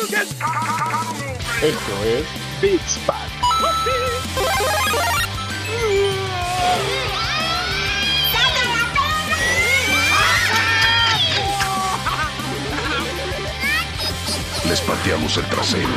Esto es Beats Pack. Les pateamos el trasero.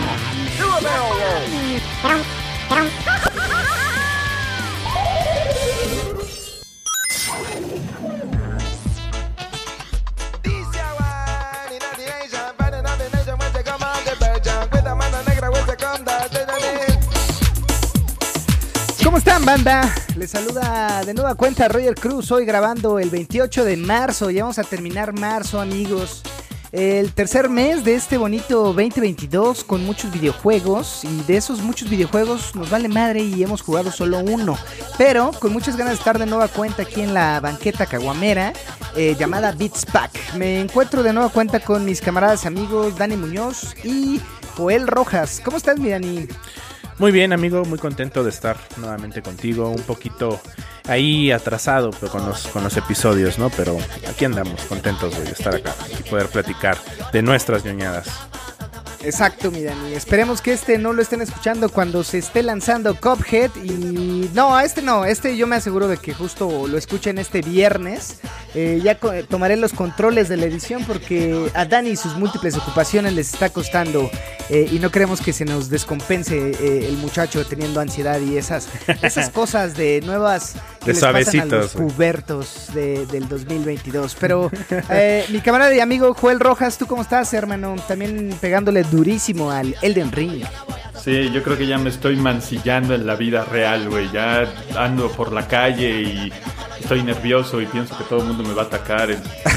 ¿Cómo están, banda? Les saluda de nueva cuenta Roger Cruz, hoy grabando el 28 de marzo, ya vamos a terminar marzo, amigos. El tercer mes de este bonito 2022 con muchos videojuegos, y de esos muchos videojuegos nos vale madre y hemos jugado solo uno, pero con muchas ganas de estar de nueva cuenta aquí en la banqueta caguamera llamada Beats Pack. Me encuentro de nueva cuenta con mis camaradas amigos Dani Muñoz y Joel Rojas. ¿Cómo estás, mi Dani? Muy bien, amigo, muy contento de estar nuevamente contigo, un poquito ahí atrasado pero con los episodios, ¿no? Pero aquí andamos, contentos de estar acá y poder platicar de nuestras ñoñadas. Exacto, mi Dani. Esperemos que no lo estén escuchando cuando se esté lanzando Cuphead. Y no, este yo me aseguro de que justo lo escuchen este viernes. Ya tomaré los controles de la edición porque a Dani y sus múltiples ocupaciones les está costando. Y no queremos que se nos descompense el muchacho teniendo ansiedad y esas cosas de nuevas que de les pasan suavecitos, a los pubertos del 2022. Pero mi camarada y amigo Joel Rojas, ¿tú cómo estás, hermano? También pegándole durísimo al Elden Ring. Sí, yo creo que ya me estoy mancillando en la vida real, güey. Ya ando por la calle y estoy nervioso y pienso que todo el mundo me va a atacar.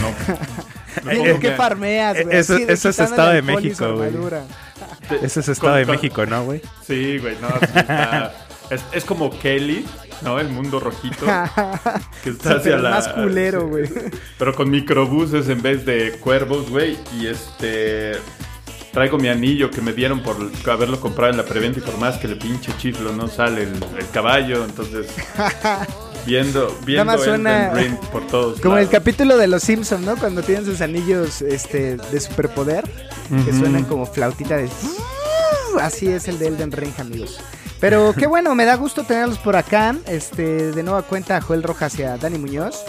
¿En qué farmeas, güey? Eso es Estado de México, güey. Eso es Estado de Con- México, ¿no, güey? Sí, güey, no, sí está... es como Kelly, ¿no? El mundo rojito. Que está hacia Pero la... más culero, güey. Pero con microbuses en vez de cuervos, güey. Y traigo mi anillo que me dieron por haberlo comprado en la preventa y por más que le pinche chiflo no sale el caballo. Entonces, viendo Nada más suena Elden Ring por todos como el lados. capítulo de los Simpsons, ¿no? Cuando tienen sus anillos de superpoder, que suenan como flautita de... Así es el de Elden Ring, amigos. Pero qué bueno, me da gusto tenerlos por acá. De nueva cuenta a Joel Rojas y a Dani Muñoz.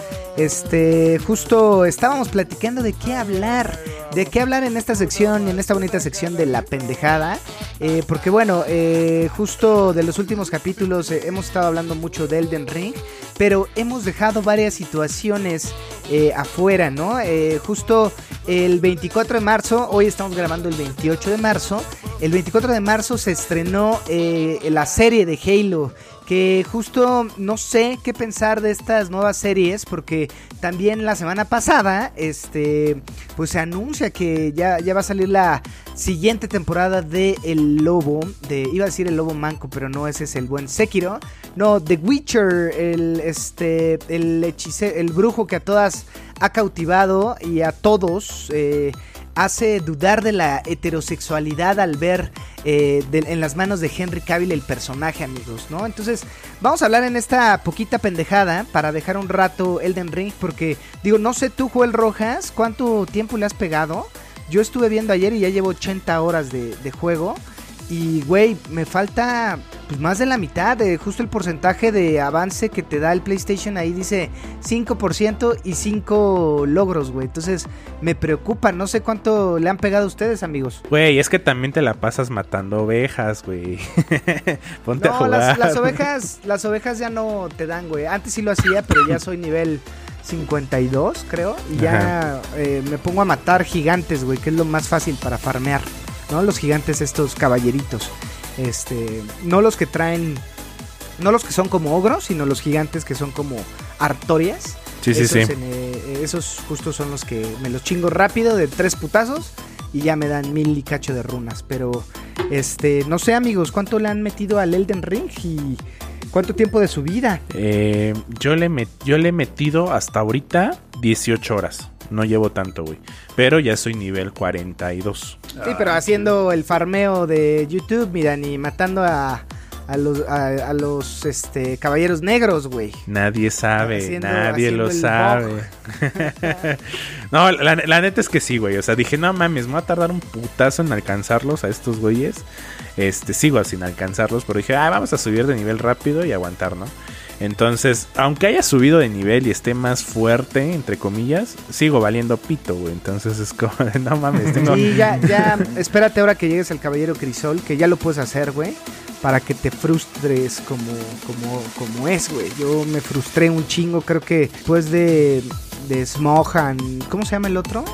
Justo estábamos platicando de qué hablar en esta sección, en esta bonita sección de la pendejada. Porque bueno, justo de los últimos capítulos hemos estado hablando mucho de Elden Ring, pero hemos dejado varias situaciones afuera, ¿no? Justo el 24 de marzo, hoy estamos grabando el 28 de marzo. El 24 de marzo se estrenó la serie de Halo, que justo no sé qué pensar de estas nuevas series, porque también la semana pasada pues se anuncia que ya va a salir la siguiente temporada de El Lobo, iba a decir El Lobo Manco, pero no, ese es el buen Sekiro. No, The Witcher, el hechicero, el brujo que a todas ha cautivado y a todos hace dudar de la heterosexualidad al ver en las manos de Henry Cavill el personaje, amigos, ¿no? Entonces vamos a hablar en esta poquita pendejada para dejar un rato Elden Ring, porque digo, no sé tú, Joel Rojas, ¿cuánto tiempo le has pegado? Yo estuve viendo ayer y ya llevo 80 horas de juego. Y, güey, me falta pues más de la mitad, justo el porcentaje de avance que te da el PlayStation. Ahí dice 5% y 5 logros, güey. Entonces me preocupa, no sé cuánto le han pegado a ustedes, amigos. Güey, es que también te la pasas matando ovejas, güey. Ponte a No, jugar. las ovejas ya no te dan, güey. Antes sí lo hacía, pero ya soy nivel 52, creo. Y ya me pongo a matar gigantes, güey, que es lo más fácil para farmear, ¿no? Los gigantes, estos caballeritos. No los que traen, no los que son como ogros, sino los gigantes que son como artorias. Sí. Esos justo son los que me los chingo rápido de 3 putazos y ya me dan 1000 y cacho de runas. Pero no sé, amigos, ¿cuánto le han metido al Elden Ring y cuánto tiempo de su vida? Yo le he metido hasta ahorita 18 horas. No llevo tanto, güey. Pero ya soy nivel 42. Sí, pero haciendo el farmeo de YouTube, mira, ni matando a los caballeros negros, güey. Nadie sabe, nadie haciendo lo el sabe. No, la neta es que sí, güey. O sea, dije, no mames, me va a tardar un putazo en alcanzarlos a estos güeyes. Sigo sin alcanzarlos, pero dije, vamos a subir de nivel rápido y aguantar, ¿no? Entonces, aunque haya subido de nivel y esté más fuerte, entre comillas, sigo valiendo pito, güey. Entonces es como, no mames, tengo... Sí, ya, espérate ahora que llegues al Caballero Crisol, que ya lo puedes hacer, güey, para que te frustres como es, güey. Yo me frustré un chingo, creo que después de Smohan, ¿cómo se llama el otro?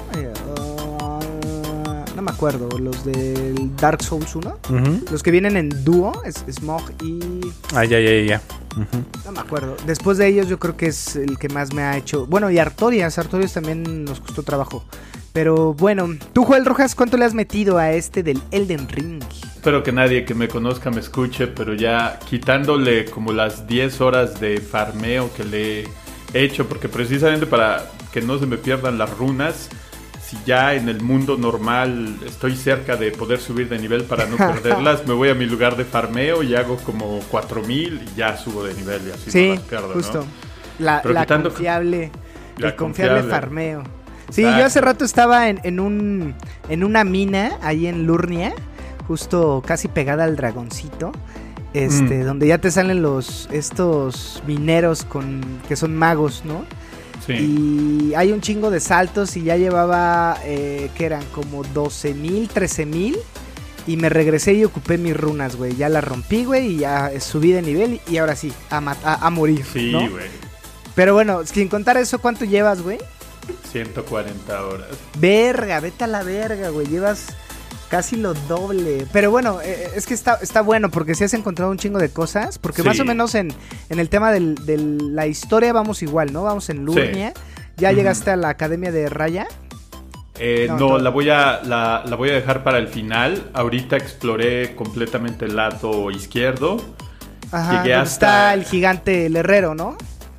No me acuerdo, los del Dark Souls 1, los que vienen en dúo, es Smog y... ya. No me acuerdo. Después de ellos yo creo que es el que más me ha hecho... Bueno, y Artorias también nos costó trabajo. Pero bueno, tú, Joel Rojas, ¿cuánto le has metido a del Elden Ring? Espero que nadie que me conozca me escuche, pero ya quitándole como las 10 horas de farmeo que le he hecho, porque precisamente para que no se me pierdan las runas... Si ya en el mundo normal estoy cerca de poder subir de nivel para no perderlas, me voy a mi lugar de farmeo y hago como 4000 y ya subo de nivel y así sí, no las pierdo, justo. ¿no? El confiable farmeo. Sí, yo hace rato estaba en una mina ahí en Lurnia, justo casi pegada al dragoncito, donde ya te salen estos mineros que son magos, ¿no? Sí. Y hay un chingo de saltos y ya llevaba, que eran como 12,000, 13,000. Y me regresé y ocupé mis runas, güey. Ya las rompí, güey, y ya subí de nivel. Y ahora sí, a morir, sí, ¿no? güey. Pero bueno, sin contar eso, ¿cuánto llevas, güey? 140 horas. Verga, vete a la verga, güey. Llevas casi lo doble. Pero bueno, es que está bueno porque si has encontrado un chingo de cosas. Porque sí, más o menos en el tema de la historia vamos igual, ¿no? Vamos en Lurnia. Sí. ¿Ya llegaste a la Academia de Raya? No, la voy a dejar para el final. Ahorita exploré completamente el lado izquierdo. Ajá, llegué está el gigante, el herrero, ¿no?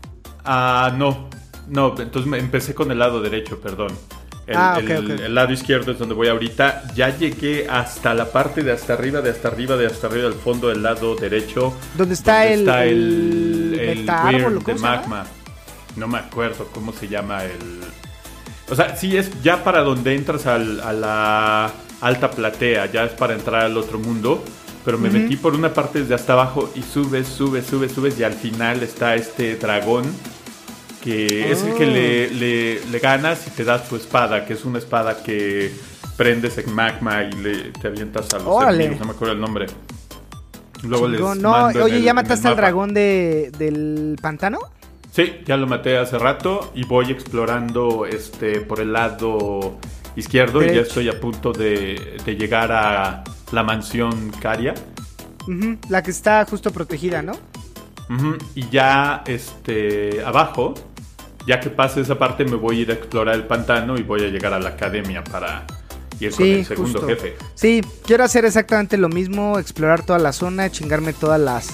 No, entonces empecé con el lado derecho, perdón. Okay. El lado izquierdo es donde voy ahorita. Ya llegué hasta la parte de hasta arriba del fondo del lado derecho. ¿Dónde está el Weird de magma? No me acuerdo cómo se llama O sea, sí es ya para donde entras a la alta platea. Ya es para entrar al otro mundo. Pero me metí por una parte desde hasta abajo y subes y al final está este dragón que es el que le ganas y te da su espada, que es una espada que prendes en magma y te avientas a los enemigos, no me acuerdo el nombre. Luego oye, ¿ya mataste al dragón del pantano? Sí, ya lo maté hace rato y voy explorando por el lado izquierdo y ya estoy a punto de llegar a la mansión Caria. La que está justo protegida, ¿no? Y ya abajo, ya que pase esa parte, me voy a ir a explorar el pantano y voy a llegar a la academia para ir con el segundo jefe. Sí, quiero hacer exactamente lo mismo, explorar toda la zona, chingarme todas las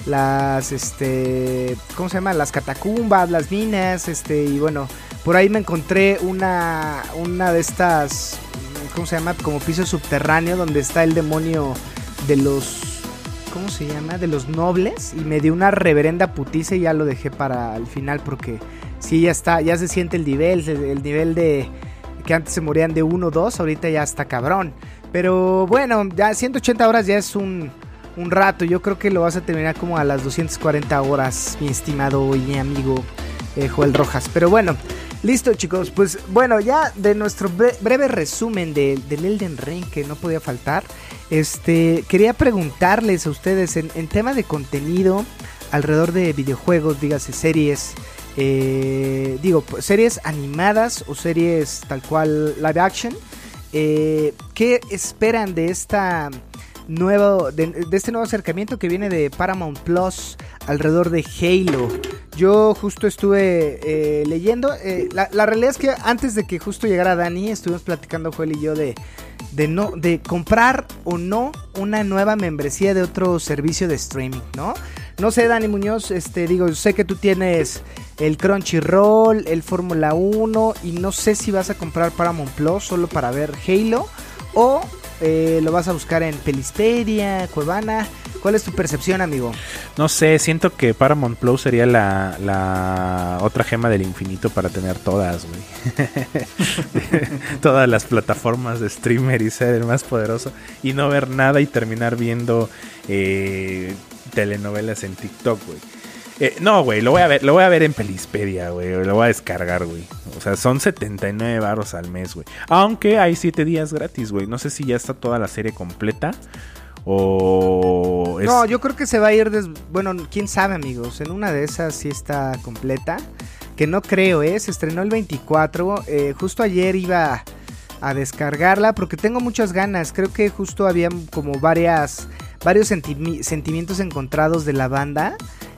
¿cómo se llama? Las catacumbas, las minas, y bueno, por ahí me encontré una de estas, ¿cómo se llama? Como piso subterráneo donde está el demonio de los, ¿cómo se llama? De los nobles, y me dio una reverenda putiza y ya lo dejé para el final porque sí, ya se siente el nivel de que antes se morían de 1 o 2, ahorita ya está cabrón. Pero bueno, ya 180 horas ya es un rato. Yo creo que lo vas a terminar como a las 240 horas, mi estimado y mi amigo Joel Rojas. Pero bueno, listo, chicos. Pues bueno, ya de nuestro breve resumen del Elden Ring, que no podía faltar, quería preguntarles a ustedes en tema de contenido alrededor de videojuegos, dígase series, series animadas o series tal cual live action. ¿Qué esperan de esta de este nuevo acercamiento que viene de Paramount Plus alrededor de Halo? Yo justo estuve leyendo, la realidad es que antes de que justo llegara Dani, estuvimos platicando Joel y yo de comprar o no una nueva membresía de otro servicio de streaming, ¿no? No sé, Dani Muñoz, sé que tú tienes el Crunchyroll, el Fórmula 1 y no sé si vas a comprar Paramount Plus solo para ver Halo o lo vas a buscar en Pelispedia, Cuevana. ¿Cuál es tu percepción, amigo? No sé, siento que Paramount Plus sería la otra gema del infinito para tener todas, güey. Todas las plataformas de streamer y ser el más poderoso y no ver nada y terminar viendo telenovelas en TikTok, güey. No, güey, lo voy a ver en Pelispedia, güey, lo voy a descargar, güey. O sea, son 79 varos al mes, güey. Aunque hay 7 días gratis, güey. No sé si ya está toda la serie completa o... No, yo creo que se va a ir... Bueno, quién sabe, amigos. En una de esas sí está completa. Que no creo, se estrenó el 24. Justo ayer iba a descargarla porque tengo muchas ganas. Creo que justo había como varios sentimientos encontrados de la banda.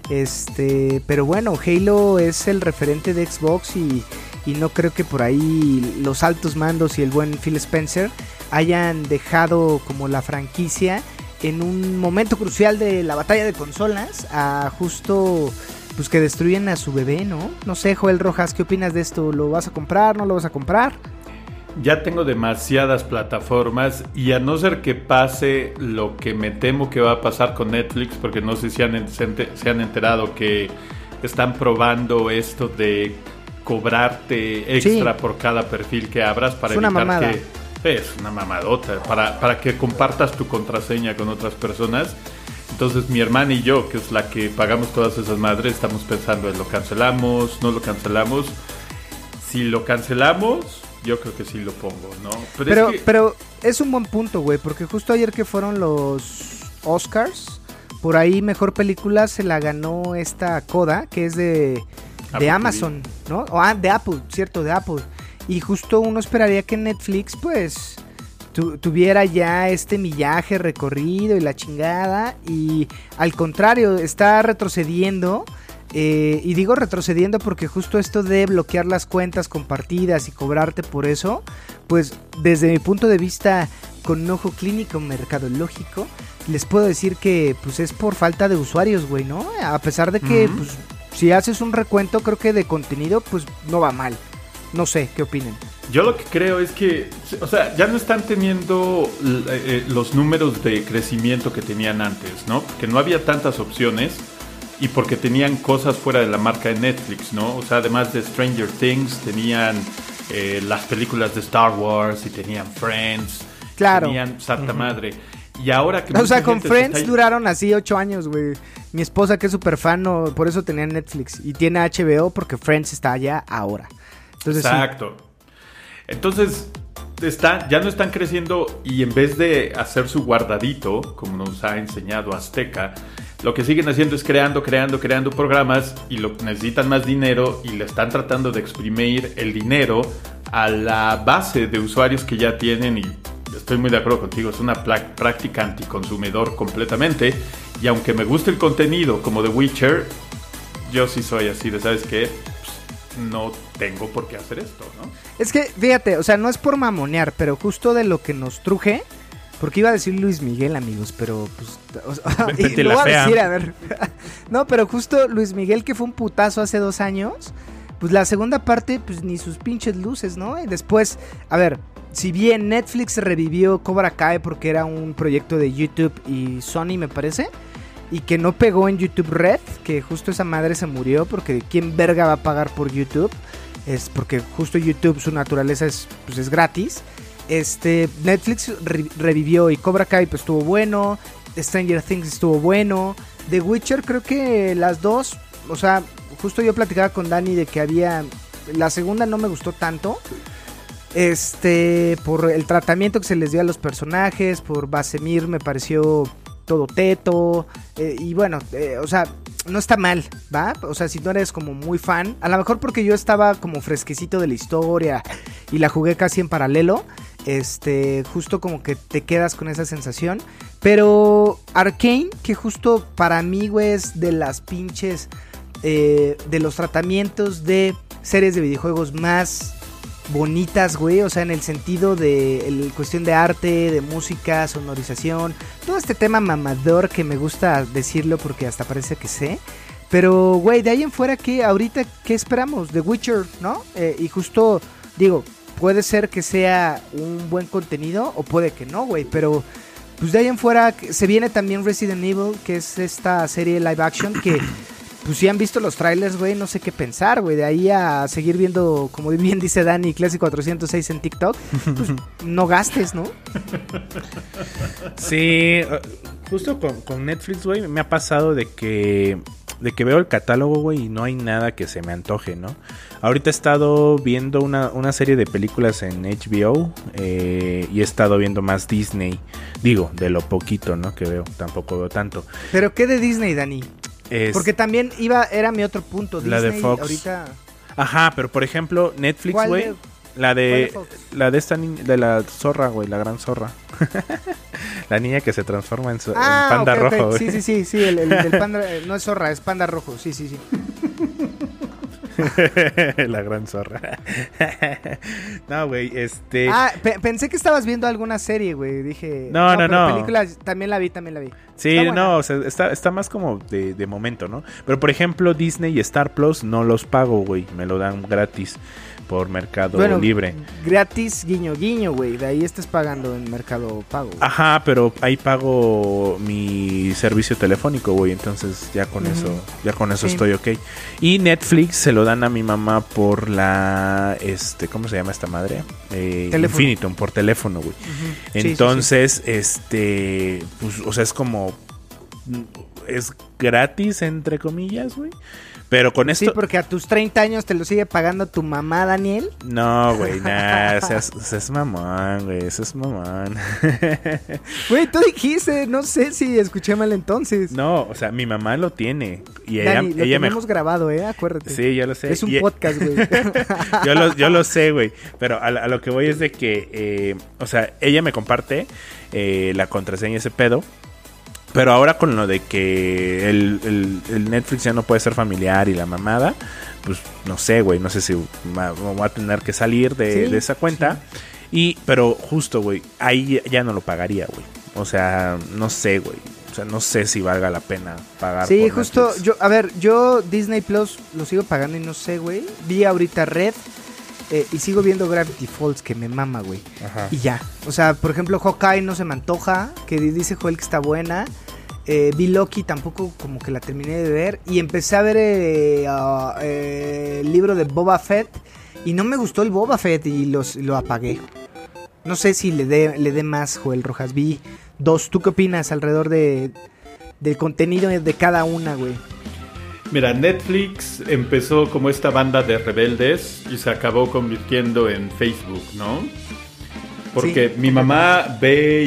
Pero bueno, Halo es el referente de Xbox y no creo que por ahí los altos mandos y el buen Phil Spencer hayan dejado como la franquicia en un momento crucial de la batalla de consolas a justo pues que destruyen a su bebé, ¿no? No sé, Joel Rojas, ¿qué opinas de esto? ¿Lo vas a comprar? ¿No lo vas a comprar? Ya tengo demasiadas plataformas y a no ser que pase lo que me temo que va a pasar con Netflix, porque no sé si se han enterado que están probando esto de cobrarte extra por cada perfil que abras para es evitar mamada. es una mamadota para que compartas tu contraseña con otras personas. Entonces mi hermana y yo, que es la que pagamos todas esas madres, estamos pensando en lo cancelamos, no lo cancelamos. Si lo cancelamos, yo creo que sí lo pongo, ¿no? Pero es un buen punto, güey, porque justo ayer que fueron los Oscars, por ahí mejor película se la ganó esta Coda, que es de Amazon, ¿no? De Apple, cierto, de Apple. Y justo uno esperaría que Netflix, pues, tuviera ya este millaje recorrido y la chingada. Y al contrario, está retrocediendo. Y digo retrocediendo porque justo esto de bloquear las cuentas compartidas y cobrarte por eso, pues desde mi punto de vista con un ojo clínico mercadológico, les puedo decir que pues es por falta de usuarios, güey, ¿no? A pesar de que pues si haces un recuento creo que de contenido pues no va mal. No sé, ¿qué opinen? Yo lo que creo es que, o sea, ya no están teniendo los números de crecimiento que tenían antes, ¿no? Porque no había tantas opciones. Y porque tenían cosas fuera de la marca de Netflix, ¿no? O sea, además de Stranger Things, tenían las películas de Star Wars y tenían Friends. Claro. Tenían Santa Madre. Y ahora que... O sea, con Friends duraron así 8 años, güey. Mi esposa, que es súper fan, por eso tenía Netflix. Y tiene HBO porque Friends está allá ahora. Entonces, exacto. Sí. Entonces, ya no están creciendo y en vez de hacer su guardadito, como nos ha enseñado Azteca... Lo que siguen haciendo es creando programas y necesitan más dinero y le están tratando de exprimir el dinero a la base de usuarios que ya tienen y estoy muy de acuerdo contigo, es una práctica anticonsumidor completamente y aunque me guste el contenido como The Witcher, yo sí soy así de, ¿sabes qué? Pues, no tengo por qué hacer esto, ¿no? Es que, fíjate, o sea, no es por mamonear, pero justo de lo que nos truje... Porque iba a decir Luis Miguel, amigos, pero pues... y lo voy a decir, a ver. No, pero justo Luis Miguel, que fue un putazo hace 2 años, pues la segunda parte, pues ni sus pinches luces, ¿no? Y después, a ver, si bien Netflix revivió Cobra Kai porque era un proyecto de YouTube y Sony, me parece, y que no pegó en YouTube Red, que justo esa madre se murió porque ¿quién verga va a pagar por YouTube? Es porque justo YouTube, su naturaleza es gratis. Netflix revivió y Cobra Kai pues estuvo bueno, Stranger Things estuvo bueno, The Witcher creo que las dos, o sea, justo yo platicaba con Dani de que la segunda no me gustó tanto, por el tratamiento que se les dio a los personajes, por Basemir me pareció todo teto, y bueno, o sea, no está mal, ¿va? O sea, si no eres como muy fan, a lo mejor porque yo estaba como fresquecito de la historia y la jugué casi en paralelo, justo como que te quedas con esa sensación. Pero Arcane, que justo para mí, güey, es de las pinches, de los tratamientos de series de videojuegos más bonitas, güey, o sea, en el sentido de cuestión de arte, de música, sonorización, todo este tema mamador que me gusta decirlo porque hasta parece que sé. Pero, güey, de ahí en fuera, ahorita, ¿qué esperamos? The Witcher, ¿no? Y justo, digo, puede ser que sea un buen contenido o puede que no, güey, pero pues de ahí en fuera se viene también Resident Evil, que es esta serie live action que, pues si han visto los trailers, güey, no sé qué pensar, güey. De ahí a seguir viendo, como bien dice Dani, Classic 406 en TikTok, pues no gastes, ¿no? Sí, justo con Netflix, güey, me ha pasado de que veo el catálogo, güey, y no hay nada que se me antoje, ¿no? Ahorita he estado viendo una serie de películas en HBO y he estado viendo más Disney. Digo, de lo poquito, ¿no? Que veo, tampoco veo tanto. ¿Pero qué de Disney, Dani? Porque también era mi otro punto. La Disney, de Fox. Ahorita... Ajá, pero por ejemplo, Netflix, güey. La de esta niña, de la zorra, güey, la gran zorra. La niña que se transforma en panda rojo, güey. Sí, el del panda, no es zorra, es panda rojo, sí. La gran zorra. No, güey, pensé que estabas viendo alguna serie, güey. Dije. No. Películas, también la vi. Sí, no, o sea, está más como de momento, ¿no? Pero por ejemplo, Disney y Star Plus no los pago, güey. Me lo dan gratis por Mercado Libre. Gratis, guiño, güey. De ahí estás pagando en Mercado Pago. Güey. Ajá, pero ahí pago mi servicio telefónico, güey. Entonces ya con eso estoy ok. Y Netflix se lo dan a mi mamá por la ¿cómo se llama esta madre? Infinitum, por teléfono, güey. Entonces, pues, o sea, es como es gratis entre comillas, güey. Pero con esto... Sí, porque a tus 30 años te lo sigue pagando tu mamá, Daniel. No, güey, nada, es mamón, güey, eso es mamón. Güey, tú dijiste, no sé si escuché mal entonces. No, o sea, mi mamá lo tiene. Y Dani, ella lo tenemos grabado, acuérdate. Sí, yo lo sé. Es un podcast, güey. yo lo sé, güey, pero a lo que voy es de que, o sea, ella me comparte la contraseña y ese pedo. Pero ahora con lo de que el Netflix ya no puede ser familiar y la mamada, pues no sé, güey, no sé si voy a tener que salir de esa cuenta. Pero justo, güey, ahí ya no lo pagaría, güey. O sea, no sé, güey. O sea, no sé si valga la pena pagar. Sí, por justo, Netflix. yo Disney Plus lo sigo pagando y no sé, güey. Vi ahorita Red y sigo viendo Gravity Falls, que me mama, güey. Ajá. Y ya. O sea, por ejemplo, Hawkeye no se me antoja, que dice Joel que está buena. Vi Loki, tampoco como que la terminé de ver. Y empecé a ver el libro de Boba Fett. Y no me gustó el Boba Fett y lo apagué. No sé si le dé más, Joel Rojas. Vi 2. ¿Tú qué opinas alrededor del contenido de cada una, güey? Mira, Netflix empezó como esta banda de rebeldes y se acabó convirtiendo en Facebook, ¿no? Porque mi mamá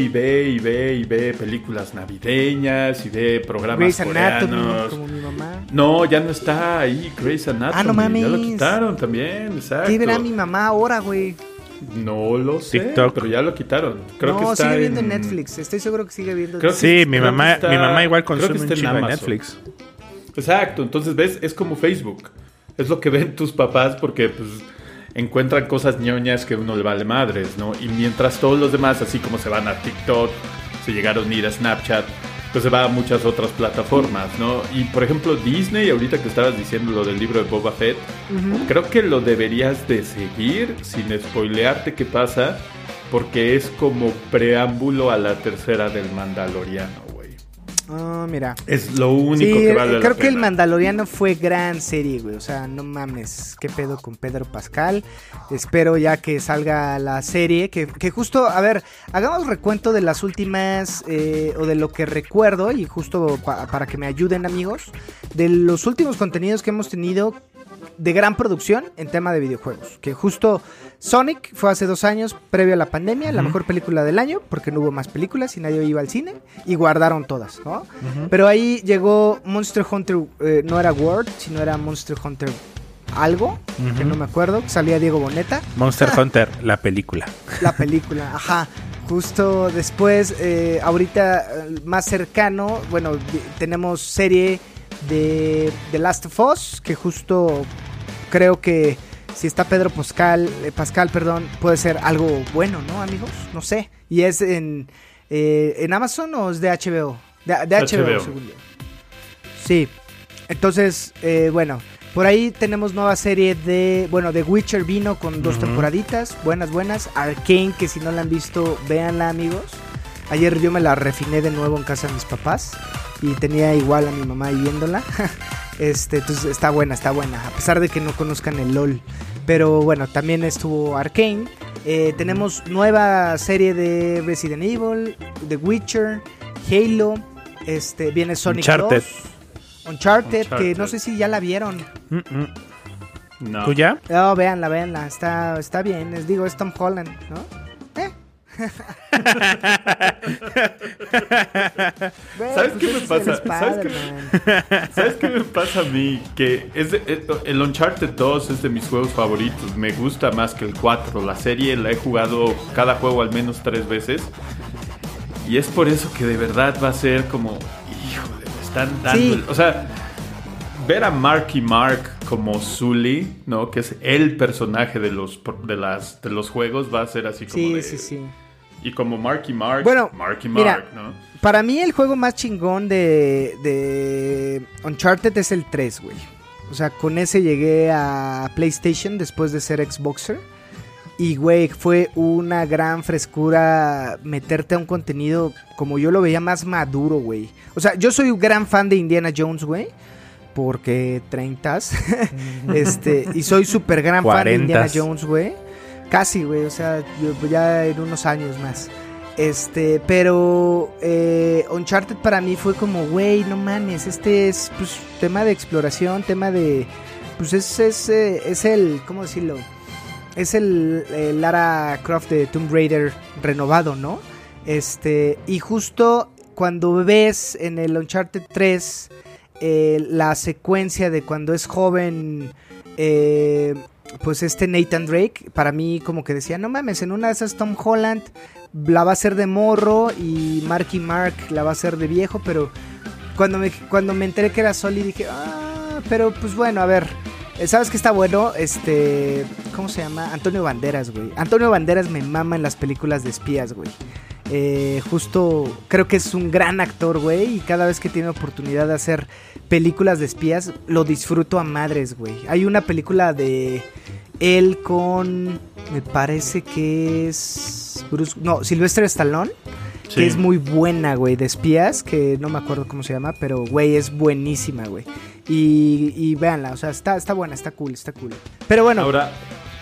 ve películas navideñas y ve programas Grey's Anatomy, coreanos. como mi mamá. No, ya no está ahí Grey's Anatomy. No mames. Ya lo quitaron también, exacto. ¿Qué verá mi mamá ahora, güey? No lo sé, TikTok. pero ya lo quitaron. Creo que está sigue viendo en Netflix. Estoy seguro que sigue viendo. Sí, mi creo mamá, que está- mi mamá igual creo que consume está un en chingo de Amazon. Netflix. Exacto, entonces ves, es como Facebook. Es lo que ven tus papás porque pues encuentran cosas ñoñas que a uno le vale madres, ¿no? Y mientras todos los demás, así como se van a TikTok, se llegaron a ir a Snapchat, pues se va a muchas otras plataformas, ¿no? Y por ejemplo Disney, ahorita que estabas diciendo lo del libro de Boba Fett, creo que lo deberías de seguir sin spoilearte qué pasa, porque es como preámbulo a la tercera del Mandaloriano, güey. Mira. Es lo único Sí, que vale la creo que el pena. Mandaloriano fue gran serie, güey. O sea, no mames, qué pedo con Pedro Pascal. Espero ya que salga la serie, que justo, a ver, hagamos recuento de las últimas, o de lo que recuerdo, y justo para que me ayuden, amigos, de los últimos contenidos que hemos tenido de gran producción en tema de videojuegos. Que justo Sonic fue hace 2 años, previo a la pandemia, la mejor película del año, porque no hubo más películas y nadie iba al cine, y guardaron todas, ¿no? Pero ahí llegó Monster Hunter, no era World, sino era Monster Hunter algo, que no me acuerdo, salía Diego Boneta. Monster Hunter, la película. La película, ajá. Justo después, ahorita más cercano, bueno, tenemos serie de The Last of Us, que justo creo que si está Pedro Pascal, puede ser algo bueno, ¿no, amigos? No sé. ¿Y es en Amazon o es de HBO? De HBO, según yo. Sí. Entonces, bueno, por ahí tenemos nueva serie de Witcher vino con 2 temporaditas, buenas. Arcane, que si no la han visto, véanla, amigos. Ayer yo me la refiné de nuevo en casa de mis papás y tenía igual a mi mamá ahí viéndola. Entonces está buena, a pesar de que no conozcan el LOL. Pero bueno, también estuvo Arcane. Tenemos nueva serie de Resident Evil, The Witcher, Halo, viene Sonic Uncharted. 2, Uncharted, que no sé si ya la vieron. No. ¿Tú ya? No, véanla, está bien, es Tom Holland, ¿no? ¿Sabes qué me es pasa? el Spider-Man. ¿Sabes qué me pasa a mí? Que el Uncharted 2 es de mis juegos favoritos. Me gusta más que el 4. La serie la he jugado cada juego al menos 3 veces. Y es por eso que de verdad va a ser como... Híjole, me están dando... Sí. O sea, ver a Marky Mark como Sully, ¿no? Que es el personaje de los juegos, va a ser así como Sí. Y como Marky Mark, Bueno, Marky mira, Mark, ¿no? Para mí el juego más chingón de Uncharted es el 3, güey. O sea, con ese llegué a PlayStation después de ser Xboxer. Y, güey, fue una gran frescura meterte a un contenido como yo lo veía más maduro, güey. O sea, yo soy un gran fan de Indiana Jones, güey. Porque 30s. Y soy súper gran fan de Indiana Jones, güey. Casi, güey, o sea, ya en unos años más. Pero Uncharted para mí fue como, güey, no mames, es pues tema de exploración, tema de, pues es el, ¿cómo decirlo? Es el Lara Croft de Tomb Raider renovado, ¿no? Y justo cuando ves en el Uncharted 3 la secuencia de cuando es joven, pues Nathan Drake, para mí como que decía, no mames, en una de esas Tom Holland la va a hacer de morro y Marky Mark la va a hacer de viejo, pero cuando me enteré que era Sully dije, pero pues bueno, a ver, ¿sabes qué está bueno? ¿Cómo se llama? Antonio Banderas, güey. Antonio Banderas me mama en las películas de espías, güey. Justo creo que es un gran actor, güey, y cada vez que tiene oportunidad de hacer películas de espías lo disfruto a madres, güey. Hay una película de él con, me parece que es Sylvester Stallone, sí, que es muy buena, güey, de espías, que no me acuerdo cómo se llama, pero güey, es buenísima, güey. Y véanla, o sea, está buena, está cool. Pero bueno, ahora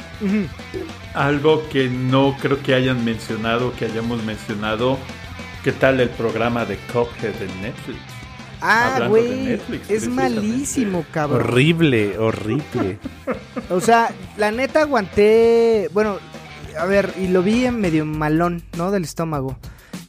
algo que no creo que hayamos mencionado, ¿qué tal el programa de Cuphead en Netflix? Güey, es malísimo, cabrón. Horrible. O sea, la neta aguanté, bueno, a ver, y lo vi en medio malón, ¿no? Del estómago.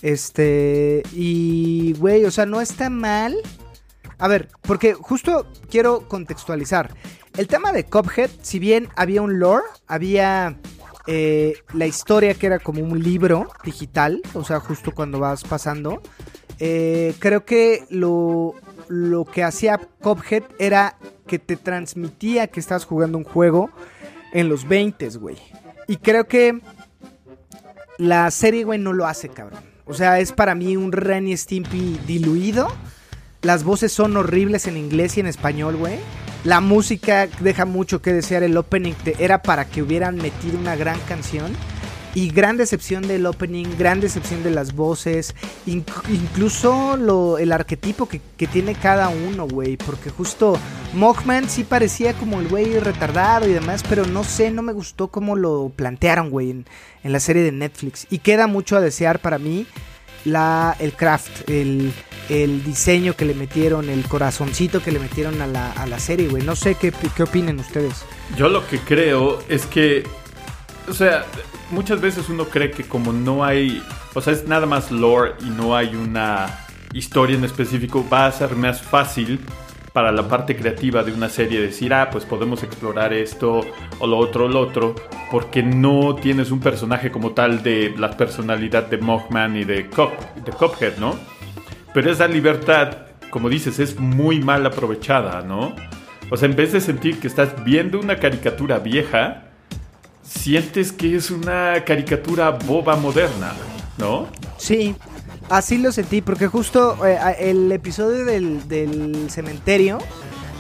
Y güey, o sea, no está mal. A ver, porque justo quiero contextualizar. El tema de Cuphead, si bien había un lore, había la historia que era como un libro digital, o sea, justo cuando vas pasando. Creo que lo que hacía Cuphead era que te transmitía que estabas jugando un juego en los 20s, güey. Y creo que la serie, güey, no lo hace, cabrón. O sea, es para mí un Ren y Stimpy diluido. Las voces son horribles en inglés y en español, güey. La música deja mucho que desear. El opening era para que hubieran metido una gran canción. Y gran decepción del opening, gran decepción de las voces, incluso el arquetipo que tiene cada uno, güey. Porque justo Mothman sí parecía como el güey retardado y demás, pero no sé, no me gustó cómo lo plantearon, güey, en la serie de Netflix. Y queda mucho a desear para mí el craft, el diseño que le metieron, el corazoncito que le metieron a la serie, güey. No sé qué opinen ustedes. Yo lo que creo es que, o sea, muchas veces uno cree que como no hay, o sea, es nada más lore y no hay una historia en específico, va a ser más fácil para la parte creativa de una serie decir, pues podemos explorar esto o lo otro, porque no tienes un personaje como tal de la personalidad de Mothman y de Cuphead, ¿no? Pero esa libertad, como dices, es muy mal aprovechada, ¿no? O sea, en vez de sentir que estás viendo una caricatura vieja, sientes que es una caricatura boba moderna, ¿no? Sí, así lo sentí, porque justo el episodio del cementerio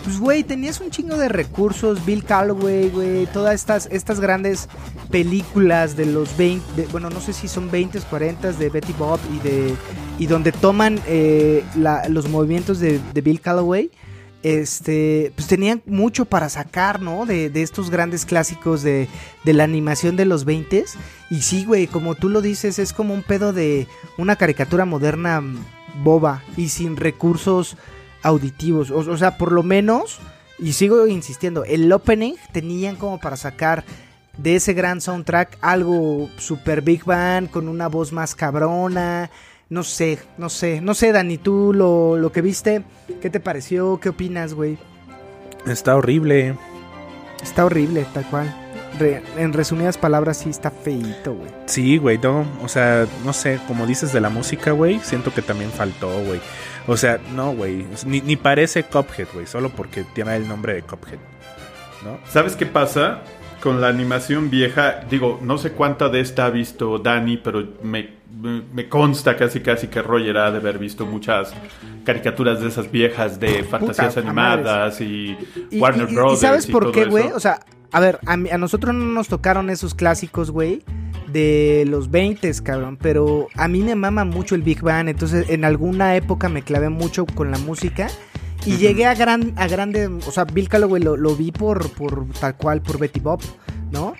pues, güey, tenías un chingo de recursos, Bill Calloway, güey, todas estas grandes películas de los 20, bueno, no sé si son 20s, 40s de Betty Boop y donde toman los movimientos de Bill Calloway. Pues tenían mucho para sacar, ¿no? De estos grandes clásicos de la animación de los 20s. Y sí, güey, como tú lo dices, es como un pedo de una caricatura moderna boba y sin recursos auditivos. O sea, por lo menos, y sigo insistiendo, el opening tenían como para sacar de ese gran soundtrack algo super big band con una voz más cabrona. No sé, Dani, tú lo que viste, ¿qué te pareció? ¿Qué opinas, güey? Está horrible, tal cual. En resumidas palabras, sí está feíto, güey. Sí, güey, no, o sea, no sé, como dices de la música, güey, siento que también faltó, güey. O sea, no, güey, ni parece Cuphead, güey, solo porque tiene el nombre de Cuphead, ¿no? ¿Sabes qué pasa? Con la animación vieja, digo, no sé cuánta de esta ha visto Dani, pero me consta casi que Roger ha de haber visto muchas caricaturas de esas viejas de fantasías animadas y Warner Brothers. ¿Y sabes por qué, güey? Eso. O sea, a ver, a nosotros no nos tocaron esos clásicos, güey, de los 20s, cabrón, pero a mí me mama mucho el Big Bang, entonces en alguna época me clavé mucho con la música. Y llegué a grande, o sea, Bill Calloway lo vi por tal cual, por Betty Boop, ¿no?